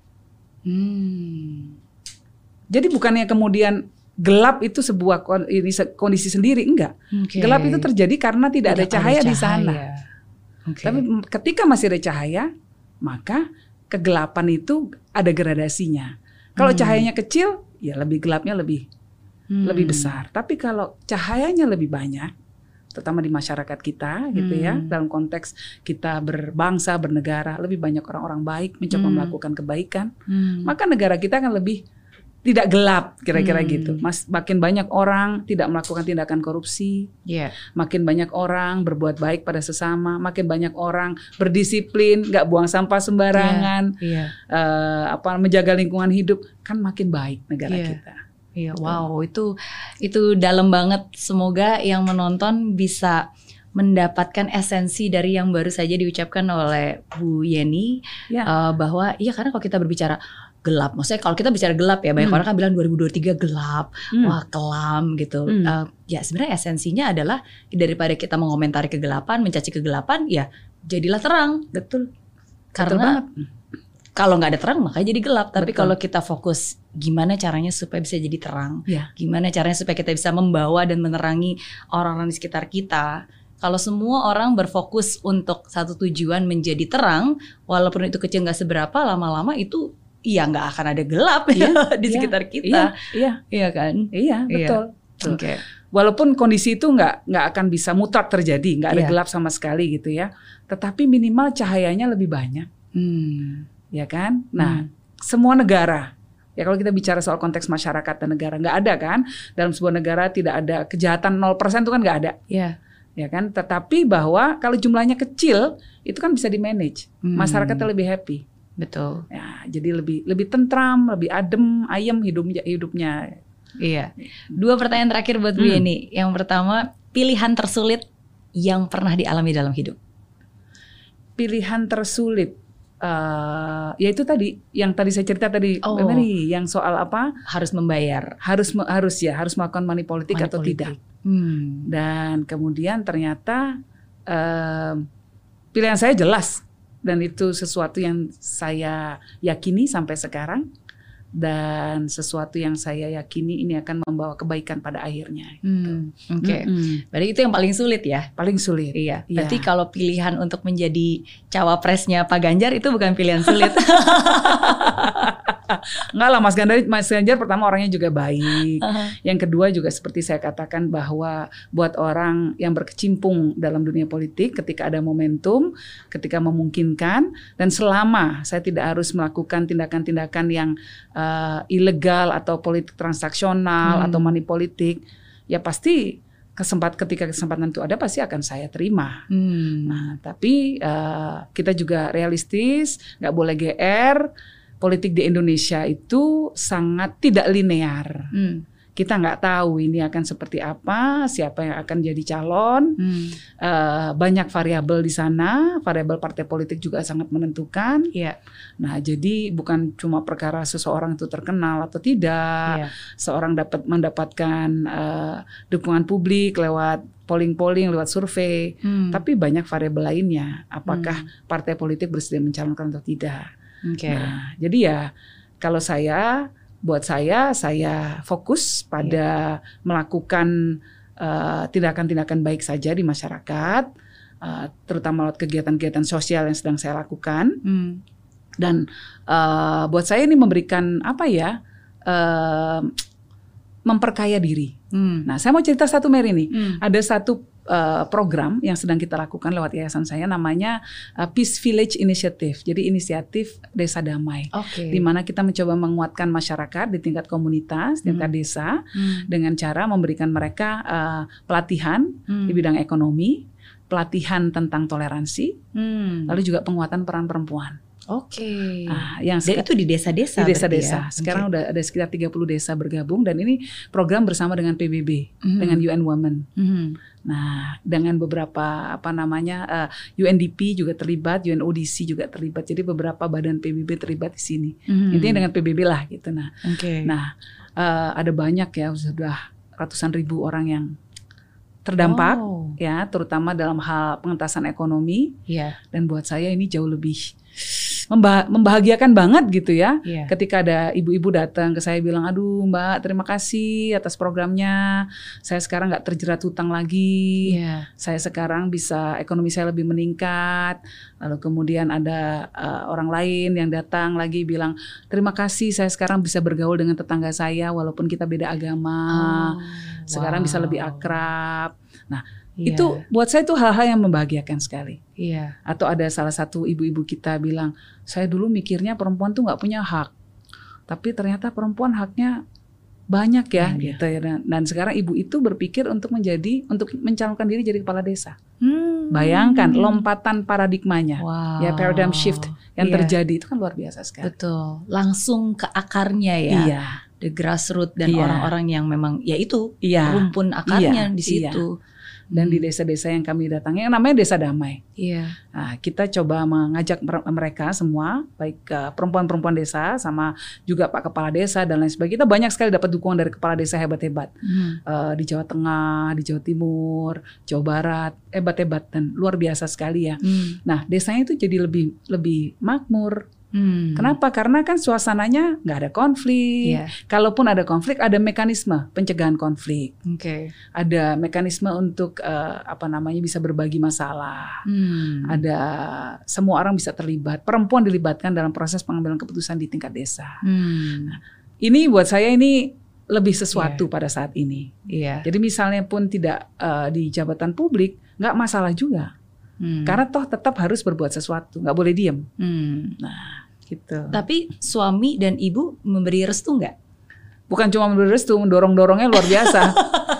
Hmm. Jadi bukannya kemudian gelap itu sebuah kondisi sendiri, enggak. Okay. Gelap itu terjadi karena tidak, tidak ada cahaya, ada cahaya di sana. Okay. Tapi ketika masih ada cahaya, maka kegelapan itu ada gradasinya. Kalau hmm. cahayanya kecil, ya lebih gelapnya lebih hmm. lebih besar. Tapi kalau cahayanya lebih banyak, terutama di masyarakat kita gitu hmm. ya, dalam konteks kita berbangsa, bernegara, lebih banyak orang-orang baik mencoba hmm. melakukan kebaikan, hmm. maka negara kita akan lebih tidak gelap kira-kira hmm. gitu. Mas, makin banyak orang tidak melakukan tindakan korupsi, yeah. makin banyak orang berbuat baik pada sesama, makin banyak orang berdisiplin, nggak buang sampah sembarangan, yeah. Yeah. Uh, apa menjaga lingkungan hidup, kan makin baik negara yeah. kita. Iya, wow, itu itu dalam banget. Semoga yang menonton bisa mendapatkan esensi dari yang baru saja diucapkan oleh Bu Yeni, ya. uh, bahwa iya karena kalau kita berbicara gelap, maksudnya kalau kita bicara gelap ya banyak hmm. orang kan bilang dua ribu dua puluh tiga gelap, hmm. wah kelam gitu. Hmm. Uh, ya sebenarnya esensinya adalah daripada kita mengomentari kegelapan, mencaci kegelapan, ya jadilah terang. Betul. Karena Betul kalau nggak ada terang makanya jadi gelap. Tapi Betul. kalau kita fokus gimana caranya supaya bisa jadi terang, ya. gimana caranya supaya kita bisa membawa dan menerangi orang-orang di sekitar kita. Kalau semua orang berfokus untuk satu tujuan menjadi terang, walaupun itu kecil nggak seberapa, lama-lama itu ya nggak akan ada gelap ya, di sekitar kita. Iya, iya, iya kan? Iya, betul. Iya. Oke. Okay. Walaupun kondisi itu nggak nggak akan bisa mutlak terjadi, nggak ada yeah. gelap sama sekali gitu ya. Tetapi minimal cahayanya lebih banyak. Hmm. Ya kan? Nah, hmm. semua negara, ya kalau kita bicara soal konteks masyarakat dan negara, nggak ada kan? Dalam sebuah negara tidak ada kejahatan nol persen itu kan nggak ada. Yeah. Ya kan? Tetapi bahwa kalau jumlahnya kecil, itu kan bisa di-manage. Hmm. Masyarakatnya lebih happy. Betul. Ya, jadi lebih lebih tentram, lebih adem, ayem hidupnya hidupnya. Iya. Dua pertanyaan terakhir buat Bu hmm. Yeni. Yang pertama, pilihan tersulit yang pernah dialami dalam hidup. Pilihan tersulit. Uh, ya itu tadi yang tadi saya cerita tadi, oh. Mary, yang soal apa harus membayar, harus harus ya harus melakukan money politik money atau politik. Tidak. Hmm. Dan kemudian ternyata uh, pilihan saya jelas dan itu sesuatu yang saya yakini sampai sekarang dan sesuatu yang saya yakini ini akan membawa kebaikan pada akhirnya. Hmm, Oke, okay. mm-hmm. Berarti itu yang paling sulit ya? Paling sulit. Iya. Berarti ya. Kalau pilihan untuk menjadi cawapresnya Pak Ganjar itu bukan pilihan sulit. Enggak lah, Mas Ganjar, Mas Ganjar pertama orangnya juga baik. Uh-huh. Yang kedua juga seperti saya katakan bahwa buat orang yang berkecimpung dalam dunia politik, ketika ada momentum, ketika memungkinkan, dan selama saya tidak harus melakukan tindakan-tindakan yang uh, ilegal atau politik transaksional hmm. atau money politik, ya pasti kesempat ketika kesempatan itu ada pasti akan saya terima. Hmm. Nah, tapi uh, kita juga realistis, nggak boleh G R. Politik di Indonesia itu sangat tidak linear. Hmm. Kita nggak tahu ini akan seperti apa, siapa yang akan jadi calon. Hmm. Uh, banyak variabel di sana, variabel partai politik juga sangat menentukan. Yeah. Nah, jadi bukan cuma perkara seseorang itu terkenal atau tidak, yeah. seorang dapat mendapatkan uh, dukungan publik lewat polling-polling, lewat survei, hmm. tapi banyak variabel lainnya. Apakah hmm. partai politik bersedia mencalonkan atau tidak? Okay. Nah, jadi ya kalau saya, buat saya, saya fokus pada yeah. melakukan uh, tindakan-tindakan baik saja di masyarakat, uh, terutama lewat kegiatan-kegiatan sosial yang sedang saya lakukan. Hmm. Dan uh, buat saya ini memberikan apa ya, uh, memperkaya diri. Hmm. Nah, saya mau cerita satu, Mary nih. Hmm. Ada satu Uh, program yang sedang kita lakukan lewat yayasan saya namanya uh, Peace Village Initiative. Jadi inisiatif desa damai. Okay. Di mana kita mencoba menguatkan masyarakat di tingkat komunitas, di tingkat hmm. desa hmm. dengan cara memberikan mereka uh, pelatihan hmm. di bidang ekonomi, pelatihan tentang toleransi, hmm. lalu juga penguatan peran perempuan. Oke. Okay. Nah, yang dan itu di desa-desa. Di desa-desa. Ya? Okay. Sekarang udah ada sekitar tiga puluh desa bergabung dan ini program bersama dengan P B B, mm-hmm. dengan U N Women. Mm-hmm. Nah, dengan beberapa apa namanya uh, U N D P juga terlibat, U N O D C juga terlibat. Jadi beberapa badan P B B terlibat di sini. Mm-hmm. Intinya dengan P B B lah gitu. Nah, okay. nah uh, ada banyak ya, sudah ratusan ribu orang yang terdampak, oh. ya, terutama dalam hal pengentasan ekonomi. Yeah. Dan buat saya ini jauh lebih Membah- membahagiakan banget gitu ya. Yeah. Ketika ada ibu-ibu datang ke saya bilang, aduh Mbak terima kasih atas programnya, saya sekarang gak terjerat hutang lagi, yeah. saya sekarang bisa, ekonomi saya lebih meningkat. Lalu kemudian ada uh, orang lain yang datang lagi bilang, terima kasih saya sekarang bisa bergaul dengan tetangga saya walaupun kita beda agama, oh, sekarang wow. bisa lebih akrab. Nah, yeah. itu buat saya itu hal-hal yang membahagiakan sekali. Yeah. Atau ada salah satu ibu-ibu kita bilang, saya dulu mikirnya perempuan tuh nggak punya hak, tapi ternyata perempuan haknya banyak ya, yeah, gitu ya. Dan, dan sekarang ibu itu berpikir untuk menjadi, untuk mencalonkan diri jadi kepala desa. Hmm. Bayangkan lompatan paradigmanya, wow. ya paradigm shift yang yeah. terjadi itu kan luar biasa sekali. Betul, langsung ke akarnya ya. Iya. The grassroots dan yeah. orang-orang yang memang ya itu yeah. rumpun akarnya yeah. di situ. Yeah. Dan hmm. di desa-desa yang kami datangi, yang namanya desa damai. Iya. Nah, kita coba mengajak mereka semua, baik uh, perempuan-perempuan desa, sama juga Pak Kepala Desa dan lain sebagainya. Kita banyak sekali dapat dukungan dari kepala desa hebat-hebat hmm. uh, di Jawa Tengah, di Jawa Timur, Jawa Barat, hebat-hebat dan luar biasa sekali ya. Hmm. Nah, desanya itu jadi lebih lebih makmur. Hmm. Kenapa? Karena kan suasananya nggak ada konflik. Yeah. Kalaupun ada konflik, ada mekanisme pencegahan konflik. Okay. Ada mekanisme untuk uh, apa namanya bisa berbagi masalah. Hmm. Ada semua orang bisa terlibat. Perempuan dilibatkan dalam proses pengambilan keputusan di tingkat desa. Hmm. Nah, ini buat saya ini lebih sesuatu yeah. pada saat ini. Yeah. Jadi misalnya pun tidak uh, di jabatan publik, nggak masalah juga. Hmm. Karena toh tetap harus berbuat sesuatu, nggak boleh diem. Hmm. Nah, gitu. Tapi suami dan ibu memberi restu nggak? Bukan cuma memberi restu, mendorong-dorongnya luar biasa.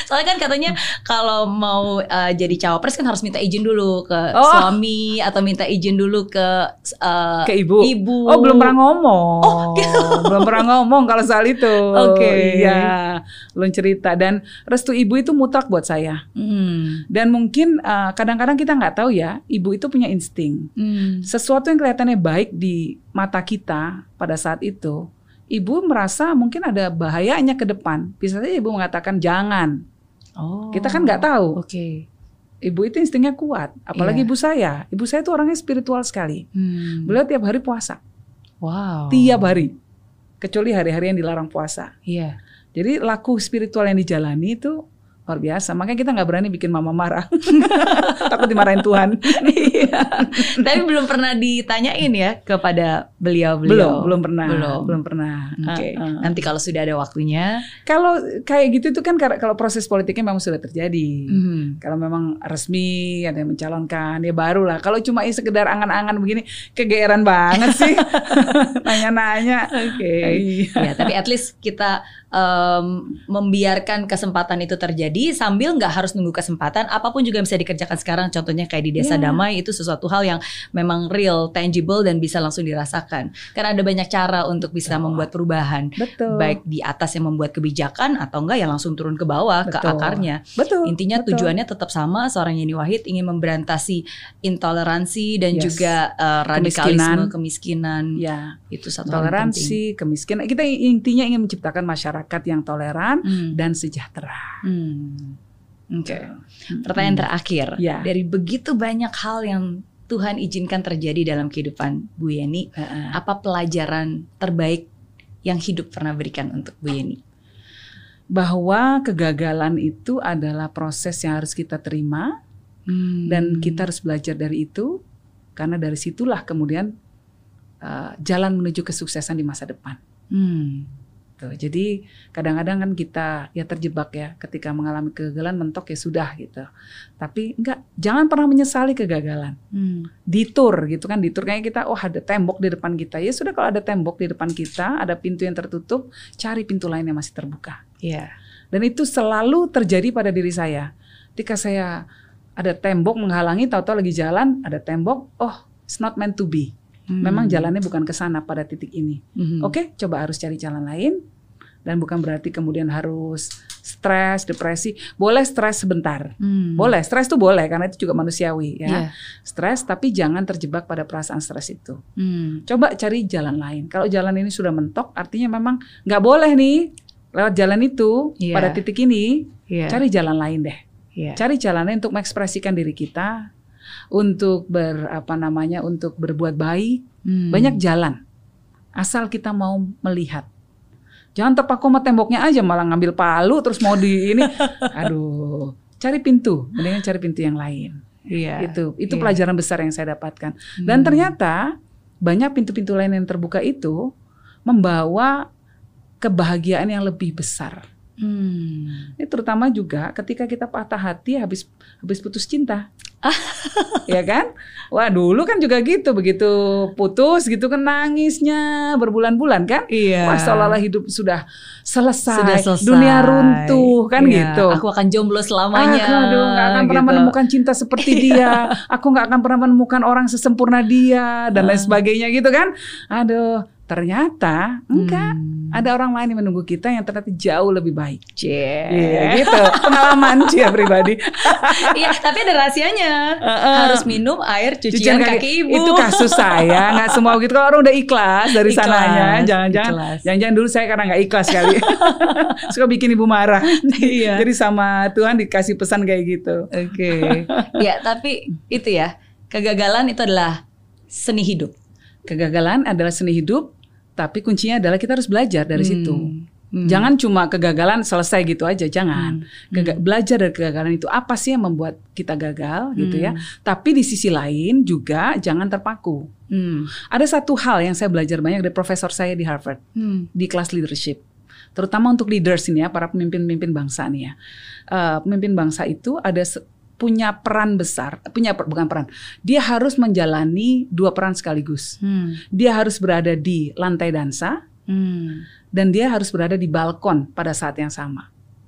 Soalnya kan katanya kalau mau uh, jadi cawapres kan harus minta izin dulu ke oh. suami atau minta izin dulu ke uh, ke ibu. ibu. Oh, belum pernah ngomong. Oh, gitu. Belum pernah ngomong kalau soal itu. Oke. Okay. Iya, belum cerita. Dan restu ibu itu mutlak buat saya. Hmm. Dan mungkin uh, kadang-kadang kita nggak tahu ya, ibu itu punya insting. Hmm. Sesuatu yang kelihatannya baik di mata kita pada saat itu, ibu merasa mungkin ada bahayanya ke depan. Bisa saja ibu mengatakan jangan. Oh, kita kan nggak tahu. Oke. Okay. Ibu itu instingnya kuat. Apalagi yeah. ibu saya. Ibu saya itu orangnya spiritual sekali. Hmm. Beliau tiap hari puasa. Wow. Tiap hari. Kecuali hari-hari yang dilarang puasa. Iya. Yeah. Jadi laku spiritual yang dijalani itu luar biasa. Makanya kita nggak berani bikin mama marah. Takut dimarahin Tuhan. Iya. Tapi belum pernah ditanyain ya kepada beliau-beliau. Belum, belum pernah. Belum, belum pernah. Oke. Okay. Uh, uh. Nanti kalau sudah ada waktunya. Kalau kayak gitu itu kan kalau proses politiknya memang sudah terjadi. Mm. Kalau memang resmi ada yang mencalonkan, ya barulah. Kalau cuma sekedar angan-angan begini, kegeeran banget sih. Nanya-nanya. Oke. Okay. Ya, tapi at least kita um, membiarkan kesempatan itu terjadi. Sambil nggak harus nunggu kesempatan, apapun juga bisa dikerjakan sekarang. Contohnya kayak di Desa yeah. Damai, itu sesuatu hal yang memang real, tangible, dan bisa langsung dirasakan. Karena ada banyak cara untuk bisa oh. membuat perubahan. Betul. Baik di atas yang membuat kebijakan, atau enggak ya langsung turun ke bawah, betul. Ke akarnya. Betul. Intinya betul. Tujuannya tetap sama, seorang Yeni Wahid ingin memberantasi intoleransi dan yes. juga uh, radikalisme, kemiskinan. Ya. Itu satu intoleransi, kemiskinan. Kita intinya ingin menciptakan masyarakat yang toleran hmm. dan sejahtera. Hmm. Oke. Okay. Pertanyaan hmm. terakhir. Ya. Dari begitu banyak hal yang Tuhan izinkan terjadi dalam kehidupan Bu Yeni, uh-uh. apa pelajaran terbaik yang hidup pernah berikan untuk Bu Yeni? Bahwa kegagalan itu adalah proses yang harus kita terima hmm. dan kita harus belajar dari itu, karena dari situlah kemudian uh, jalan menuju kesuksesan di masa depan. Hmm. Tuh, jadi kadang-kadang kan kita ya terjebak ya ketika mengalami kegagalan, mentok ya sudah gitu. Tapi enggak, jangan pernah menyesali kegagalan. Hmm. Ditur gitu kan, ditur kayak kita, oh ada tembok di depan kita. Ya sudah, kalau ada tembok di depan kita, ada pintu yang tertutup, cari pintu lain yang masih terbuka. Iya. Yeah. Dan itu selalu terjadi pada diri saya. Ketika saya ada tembok menghalangi, tahu-tahu lagi jalan, ada tembok, oh it's not meant to be. Hmm. Memang jalannya bukan ke sana pada titik ini. Hmm. Oke, okay, coba harus cari jalan lain. Dan bukan berarti kemudian harus stres, depresi. Boleh stres sebentar. Hmm. Boleh, stres itu boleh karena itu juga manusiawi ya. Yeah. Stres, tapi jangan terjebak pada perasaan stres itu. Hmm. Coba cari jalan lain. Kalau jalan ini sudah mentok, artinya memang nggak boleh nih lewat jalan itu yeah. pada titik ini. Yeah. Cari jalan lain deh. Yeah. Cari jalan lain untuk mengekspresikan diri kita. Untuk ber apa namanya untuk berbuat baik, hmm. banyak jalan asal kita mau melihat. Jangan terpaku sama temboknya aja malah ngambil palu terus mau di ini, aduh, cari pintu, mendingan cari pintu yang lain. Iya, itu itu iya. pelajaran besar yang saya dapatkan. Hmm. Dan ternyata banyak pintu-pintu lain yang terbuka itu membawa kebahagiaan yang lebih besar. Hmm. Ini terutama juga ketika kita patah hati habis habis putus cinta. Ya kan? Wah, dulu kan juga gitu, begitu putus gitu kan nangisnya berbulan-bulan kan? Iya. Wah, seolah-olah hidup sudah selesai, sudah selesai. Dunia runtuh kan iya. gitu. Aku akan jomblo selamanya. Aku aduh, gak akan gitu. pernah menemukan cinta seperti dia. Aku gak akan pernah menemukan orang sesempurna dia dan lain sebagainya gitu kan? Aduh. Ternyata enggak, hmm. ada orang lain yang menunggu kita yang ternyata jauh lebih baik. Cie, yeah, gitu. Pengalaman Cie pribadi. Iya, tapi ada rahasianya. Uh, uh. Harus minum air cucian, cucian kaki, kaki ibu. Itu kasus saya, nggak semua gitu. Kalau orang udah ikhlas dari ikhlas, sananya, jangan-jangan, jangan-jangan dulu saya karena nggak ikhlas kali. Suka bikin ibu marah. Iya. Jadi sama Tuhan dikasih pesan kayak gitu. Oke. Okay. Ya, tapi itu ya, kegagalan itu adalah seni hidup. Kegagalan adalah seni hidup. Tapi kuncinya adalah kita harus belajar dari hmm. situ. Hmm. Jangan cuma kegagalan selesai gitu aja, jangan. Hmm. Kega- belajar dari kegagalan itu apa sih yang membuat kita gagal hmm. gitu ya. Tapi di sisi lain juga jangan terpaku. Hmm. Ada satu hal yang saya belajar banyak dari profesor saya di Harvard hmm. di kelas leadership. Terutama untuk leaders ini ya, para pemimpin-pemimpin bangsa nih ya. Uh, pemimpin bangsa itu ada se- punya peran besar, punya bukan peran. Dia harus menjalani dua peran sekaligus. Hmm. Dia harus berada di lantai dansa hmm. dan dia harus berada di balkon pada saat yang sama.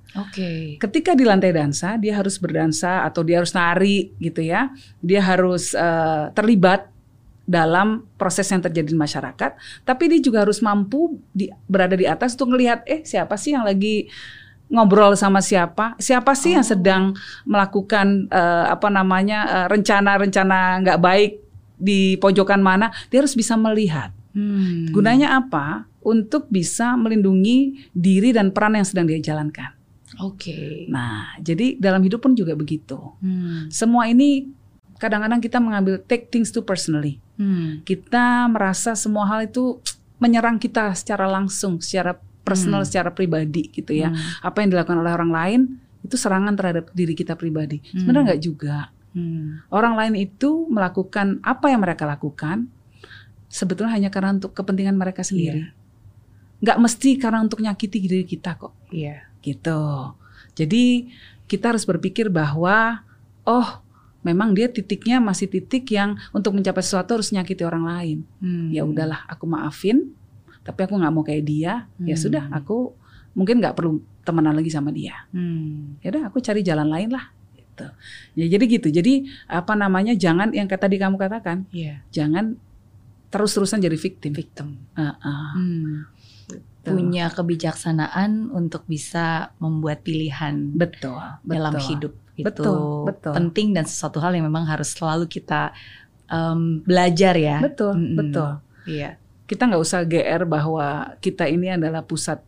Oke. Okay. Ketika di lantai dansa, dia harus berdansa atau dia harus nari gitu ya. Dia harus uh, terlibat dalam proses yang terjadi di masyarakat, tapi dia juga harus mampu di, berada di atas untuk melihat, eh siapa sih yang lagi ngobrol sama siapa, siapa sih oh. yang sedang melakukan uh, apa namanya uh, rencana-rencana nggak baik di pojokan mana, dia harus bisa melihat. Hmm. Gunanya apa? Untuk bisa melindungi diri dan peran yang sedang dia jalankan. Oke. Okay. Nah, jadi dalam hidup pun juga begitu. Hmm. Semua ini kadang-kadang kita mengambil take things too personally. Hmm. Kita merasa semua hal itu menyerang kita secara langsung, secara personal, hmm. secara pribadi gitu ya. Hmm. Apa yang dilakukan oleh orang lain itu serangan terhadap diri kita pribadi. Hmm. Sebenarnya nggak juga. Hmm. Orang lain itu melakukan apa yang mereka lakukan sebetulnya hanya karena untuk kepentingan mereka sendiri. Yeah. Nggak mesti karena untuk nyakiti diri kita kok. Iya. Yeah. Gitu. Jadi kita harus berpikir bahwa oh memang dia titiknya masih titik yang untuk mencapai sesuatu harus nyakiti orang lain. Hmm. Ya udahlah, aku maafin, tapi aku nggak mau kayak dia. Hmm. Ya sudah, aku mungkin nggak perlu temenan lagi sama dia. Hmm. Ya udah, aku cari jalan lain lah. Gitu. Ya jadi gitu. Jadi apa namanya? Jangan yang tadi kamu katakan, yeah. jangan terus-terusan jadi victim. Victim. Uh-uh. Hmm. Punya kebijaksanaan untuk bisa membuat pilihan. Betul. Dalam betul. hidup. Itu betul, betul. penting dan sesuatu hal yang memang harus selalu kita um, belajar ya. Betul, mm-hmm. betul. Iya. Kita nggak usah G R bahwa kita ini adalah pusat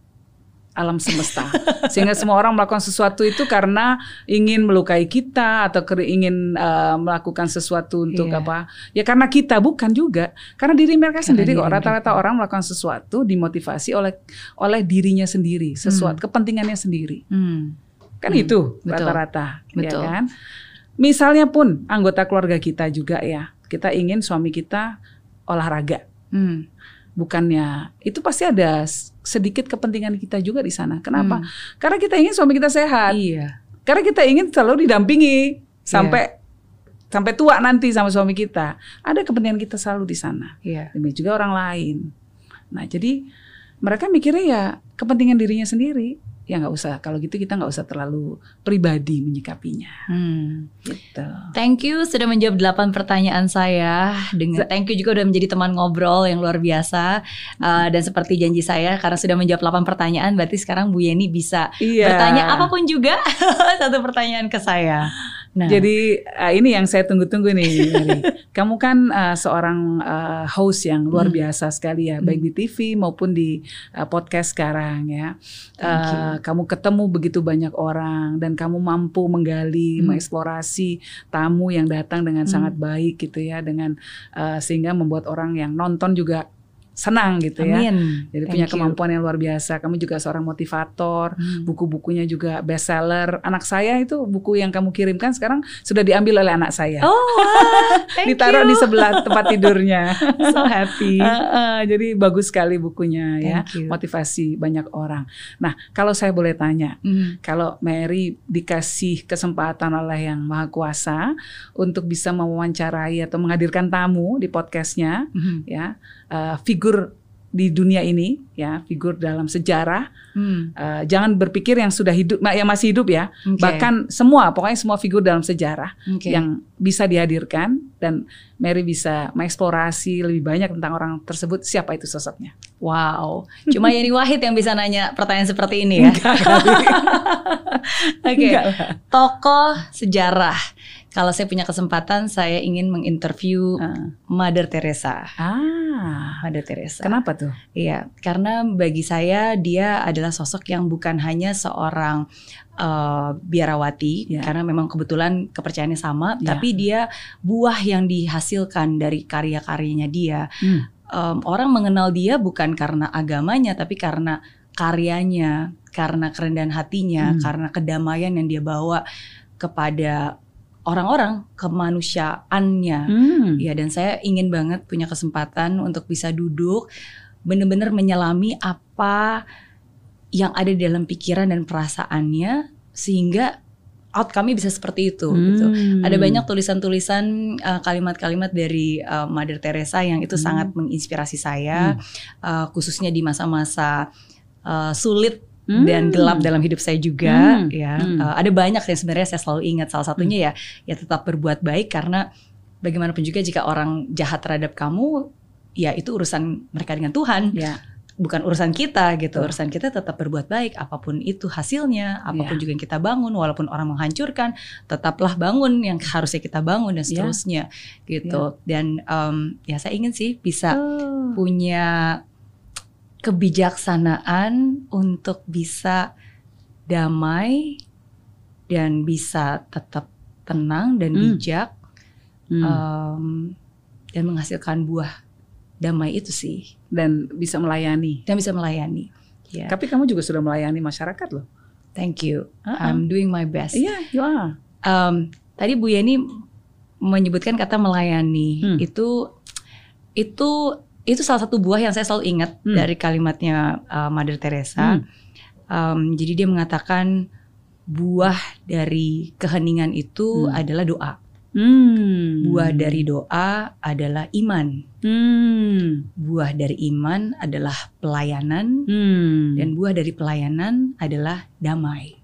alam semesta, sehingga semua orang melakukan sesuatu itu karena ingin melukai kita atau ingin uh, melakukan sesuatu untuk yeah. apa? Ya karena kita, bukan juga karena diri mereka karena sendiri diri kok. Rata-rata orang melakukan sesuatu dimotivasi oleh oleh dirinya sendiri, sesuatu hmm. kepentingannya sendiri. Hmm. Kan hmm, itu rata-rata, ya kan? Misalnya pun anggota keluarga kita juga ya, kita ingin suami kita olahraga, hmm. bukannya itu pasti ada sedikit kepentingan kita juga di sana. Kenapa? Hmm. Karena kita ingin suami kita sehat. Iya. Karena kita ingin selalu didampingi sampai yeah. sampai tua nanti sama suami kita. Ada kepentingan kita selalu di sana. Iya. Demi juga orang lain. Nah, jadi mereka mikirnya ya kepentingan dirinya sendiri. Ya nggak usah, kalau gitu kita nggak usah terlalu pribadi menyikapinya. Hmm. Gitu. Thank you sudah menjawab delapan pertanyaan saya. Dengan thank you juga udah menjadi teman ngobrol yang luar biasa. Uh, dan seperti janji saya, karena sudah menjawab delapan pertanyaan, berarti sekarang Bu Yeni bisa iya. bertanya apapun juga satu pertanyaan ke saya. Nah. Jadi uh, ini yang saya tunggu-tunggu nih, Mary. Kamu kan uh, seorang uh, host yang luar hmm. biasa sekali ya, hmm. baik di T V maupun di uh, podcast sekarang ya. Uh, kamu ketemu begitu banyak orang dan kamu mampu menggali, hmm. mengeksplorasi tamu yang datang dengan hmm. sangat baik gitu ya, dengan uh, sehingga membuat orang yang nonton juga senang gitu ya. Amin. Jadi Thank punya you. kemampuan yang luar biasa. Kamu juga seorang motivator. Hmm. Buku-bukunya juga bestseller. Anak saya itu buku yang kamu kirimkan sekarang sudah diambil oleh anak saya. Oh, wow. Ditaruh di sebelah tempat tidurnya. So happy. uh, uh, jadi bagus sekali bukunya. Thank ya. You. Motivasi banyak orang. Nah, kalau saya boleh tanya, hmm. kalau Mary dikasih kesempatan oleh Yang Maha Kuasa untuk bisa mewawancarai atau menghadirkan tamu di podcastnya, hmm. ya. Uh, figur di dunia ini ya, figur dalam sejarah, hmm. uh, jangan berpikir yang sudah hidup, yang masih hidup ya, okay. bahkan semua, pokoknya semua figur dalam sejarah okay. yang bisa dihadirkan dan Mary bisa mengeksplorasi lebih banyak tentang orang tersebut, siapa itu sosoknya. Wow, cuma Yeni Wahid yang bisa nanya pertanyaan seperti ini ya. Oke, okay. Tokoh sejarah. Kalau saya punya kesempatan, saya ingin menginterview uh. Mother Teresa. Ah, Mother Teresa. Kenapa tuh? Iya, karena bagi saya dia adalah sosok yang bukan hanya seorang uh, biarawati, yeah. karena memang kebetulan kepercayaannya sama, yeah. tapi dia buah yang dihasilkan dari karya-karyanya dia. Hmm. Um, orang mengenal dia bukan karena agamanya, tapi karena karyanya, karena kerendahan hatinya, hmm. karena kedamaian yang dia bawa kepada orang-orang, kemanusiaannya. Hmm. Ya, dan saya ingin banget punya kesempatan untuk bisa duduk benar-benar menyelami apa yang ada di dalam pikiran dan perasaannya sehingga outcome-nya bisa seperti itu. Hmm. Gitu. Ada banyak tulisan-tulisan uh, kalimat-kalimat dari uh, Mother Teresa yang itu hmm. sangat menginspirasi saya, hmm. uh, khususnya di masa-masa uh, sulit hmm. dan gelap dalam hidup saya juga. Hmm. Ya, hmm. Uh, ada banyak yang sebenarnya saya selalu ingat. Salah satunya hmm. ya, ya tetap berbuat baik karena bagaimanapun juga jika orang jahat terhadap kamu, ya itu urusan mereka dengan Tuhan. Ya. Bukan urusan kita gitu, oh. urusan kita tetap berbuat baik apapun itu hasilnya, apapun yeah. juga yang kita bangun, walaupun orang menghancurkan, tetaplah bangun yang harusnya kita bangun dan seterusnya yeah. gitu. Yeah. Dan um, ya saya ingin sih bisa oh. punya kebijaksanaan untuk bisa damai dan bisa tetap tenang dan hmm. bijak hmm. Um, dan menghasilkan buah damai itu sih, dan bisa melayani dan bisa melayani. Yeah. Tapi kamu juga sudah melayani masyarakat loh. Thank you. Uh-uh. I'm doing my best. Iya, yeah, you are. Um, tadi Bu Yeni menyebutkan kata melayani. Hmm. Itu itu itu salah satu buah yang saya selalu ingat hmm. dari kalimatnya uh, Mother Teresa. Hmm. Um, jadi dia mengatakan buah dari keheningan itu hmm. adalah doa. Hmm. Buah dari doa adalah iman. Hmm. Buah dari iman adalah pelayanan. Hmm. Dan buah dari pelayanan adalah damai.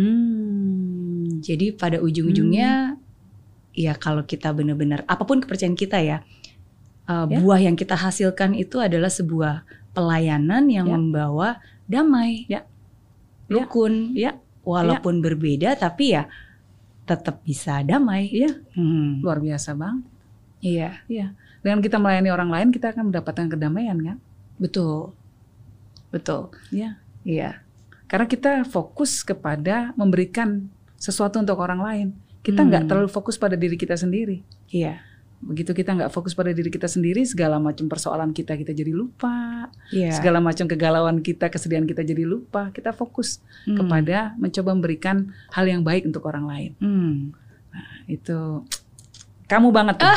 Hmm. Jadi pada ujung-ujungnya, hmm. ya kalau kita benar-benar apapun kepercayaan kita ya, uh, ya, buah yang kita hasilkan itu adalah sebuah pelayanan yang ya. membawa damai, ya. rukun, ya. walaupun ya. berbeda tapi ya tetap bisa damai. Iya, hmm. luar biasa bang. Iya, iya. Dengan kita melayani orang lain, kita akan mendapatkan kedamaian kan? Betul, betul. Iya, iya. Karena kita fokus kepada memberikan sesuatu untuk orang lain. Kita nggak hmm. terlalu fokus pada diri kita sendiri. Iya. Begitu kita nggak fokus pada diri kita sendiri, segala macam persoalan kita kita jadi lupa. Iya. Segala macam kegalauan kita, kesedihan kita jadi lupa. Kita fokus hmm. kepada mencoba memberikan hal yang baik untuk orang lain. Hmm. Nah, itu kamu banget tuh.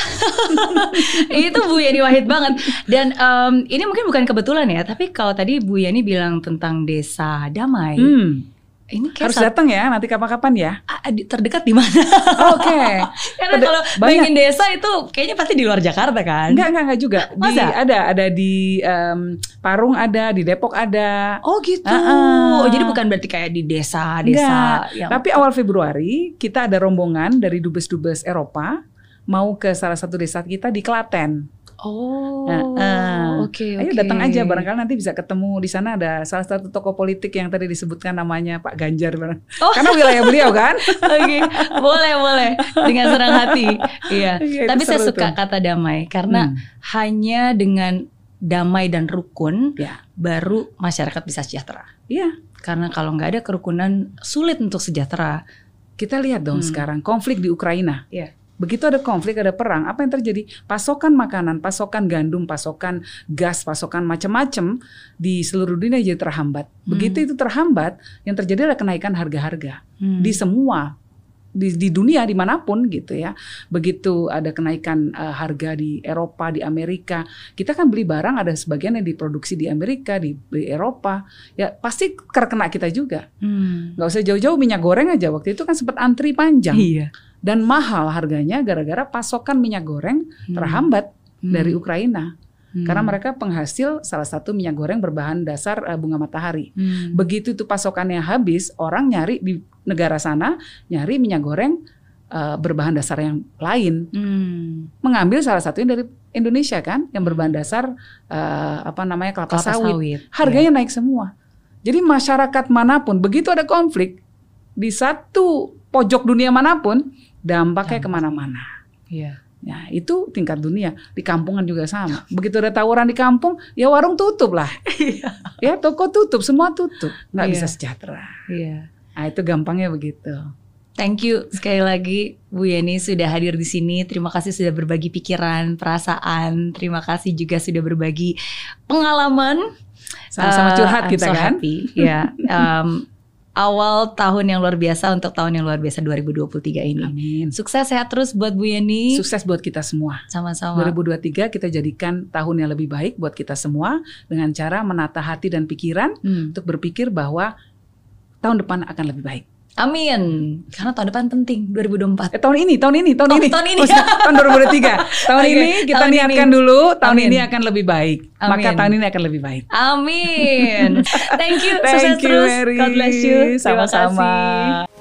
Itu Bu Yani Wahid banget. Dan um, ini mungkin bukan kebetulan ya, tapi kalau tadi Bu Yani bilang tentang desa damai. Hmm. Ini harus datang ya nanti kapan-kapan ya. Terdekat di mana? Oke. Okay. Karena kalau bayangin desa itu kayaknya pasti di luar Jakarta kan? Enggak, enggak, enggak juga. Di, ada, ada di um, Parung ada, di Depok ada. Oh gitu. Uh-uh. Oh jadi bukan berarti kayak di desa-desa. Yang... Tapi awal Februari kita ada rombongan dari dubes-dubes Eropa mau ke salah satu desa kita di Klaten. Oh, nah, uh, oke, okay, ayo okay. datang aja, barangkali nanti bisa ketemu di sana. Ada salah satu tokoh politik yang tadi disebutkan namanya Pak Ganjar, oh. karena wilayah beliau kan. Oke, okay. boleh boleh dengan senang hati. Iya. Ya, tapi saya suka tuh. kata damai karena hmm. hanya dengan damai dan rukun ya. baru masyarakat bisa sejahtera. Iya. Karena kalau nggak ada kerukunan sulit untuk sejahtera. Kita lihat dong hmm. sekarang konflik di Ukraina. Iya. Begitu ada konflik, ada perang, apa yang terjadi? Pasokan makanan, pasokan gandum, pasokan gas, pasokan macam-macam di seluruh dunia jadi terhambat. Begitu hmm. itu terhambat, yang terjadi adalah kenaikan harga-harga hmm. di semua, di, di dunia dimanapun gitu ya. Begitu ada kenaikan uh, harga di Eropa, di Amerika, kita kan beli barang ada sebagian yang diproduksi di Amerika, di, di Eropa, ya pasti terkena kita juga. Hmm. Gak usah jauh-jauh minyak goreng aja waktu itu kan sempat antri panjang. Iya. Dan mahal harganya gara-gara pasokan minyak goreng terhambat hmm. dari Ukraina. Hmm. Karena mereka penghasil salah satu minyak goreng berbahan dasar uh, bunga matahari. Hmm. Begitu itu pasokannya habis, orang nyari di negara sana, nyari minyak goreng uh, berbahan dasar yang lain. Hmm. Mengambil salah satunya dari Indonesia kan, yang berbahan dasar uh, apa namanya kelapa, kelapa sawit. sawit. Harganya yeah. naik semua. Jadi masyarakat manapun, begitu ada konflik, di satu pojok dunia manapun, dampaknya kemana-mana. Iya. Ya, itu tingkat dunia. Di kampungan juga sama. Begitu ada tawuran di kampung, ya warung tutup lah. Ya, toko tutup, semua tutup. Nggak iya. bisa sejahtera. Iya. Nah, itu gampangnya begitu. Thank you sekali lagi Bu Yeni sudah hadir di sini. Terima kasih sudah berbagi pikiran, perasaan. Terima kasih juga sudah berbagi pengalaman. Sama-sama curhat uh, kita so kan. Happy. Ya. Um, awal tahun yang luar biasa untuk tahun yang luar biasa dua ribu dua puluh tiga ini. Amin. Sukses sehat terus buat Bu Yeni. Sukses buat kita semua. Sama-sama. dua ribu dua puluh tiga kita jadikan tahun yang lebih baik buat kita semua dengan cara menata hati dan pikiran hmm. untuk berpikir bahwa tahun depan akan lebih baik. Amin. Karena tahun depan penting, dua ribu dua puluh empat. Eh, tahun ini, tahun ini, tahun oh, ini. Tahun ini. Maksudnya, tahun dua ribu dua puluh tiga. Tahun okay, ini kita tahun niatkan ini. dulu, tahun Amin. ini akan lebih baik. Amin. Maka tahun ini akan lebih baik. Amin. Thank you. Thank Sukses you, terus. Mary. God bless you. Sama-sama.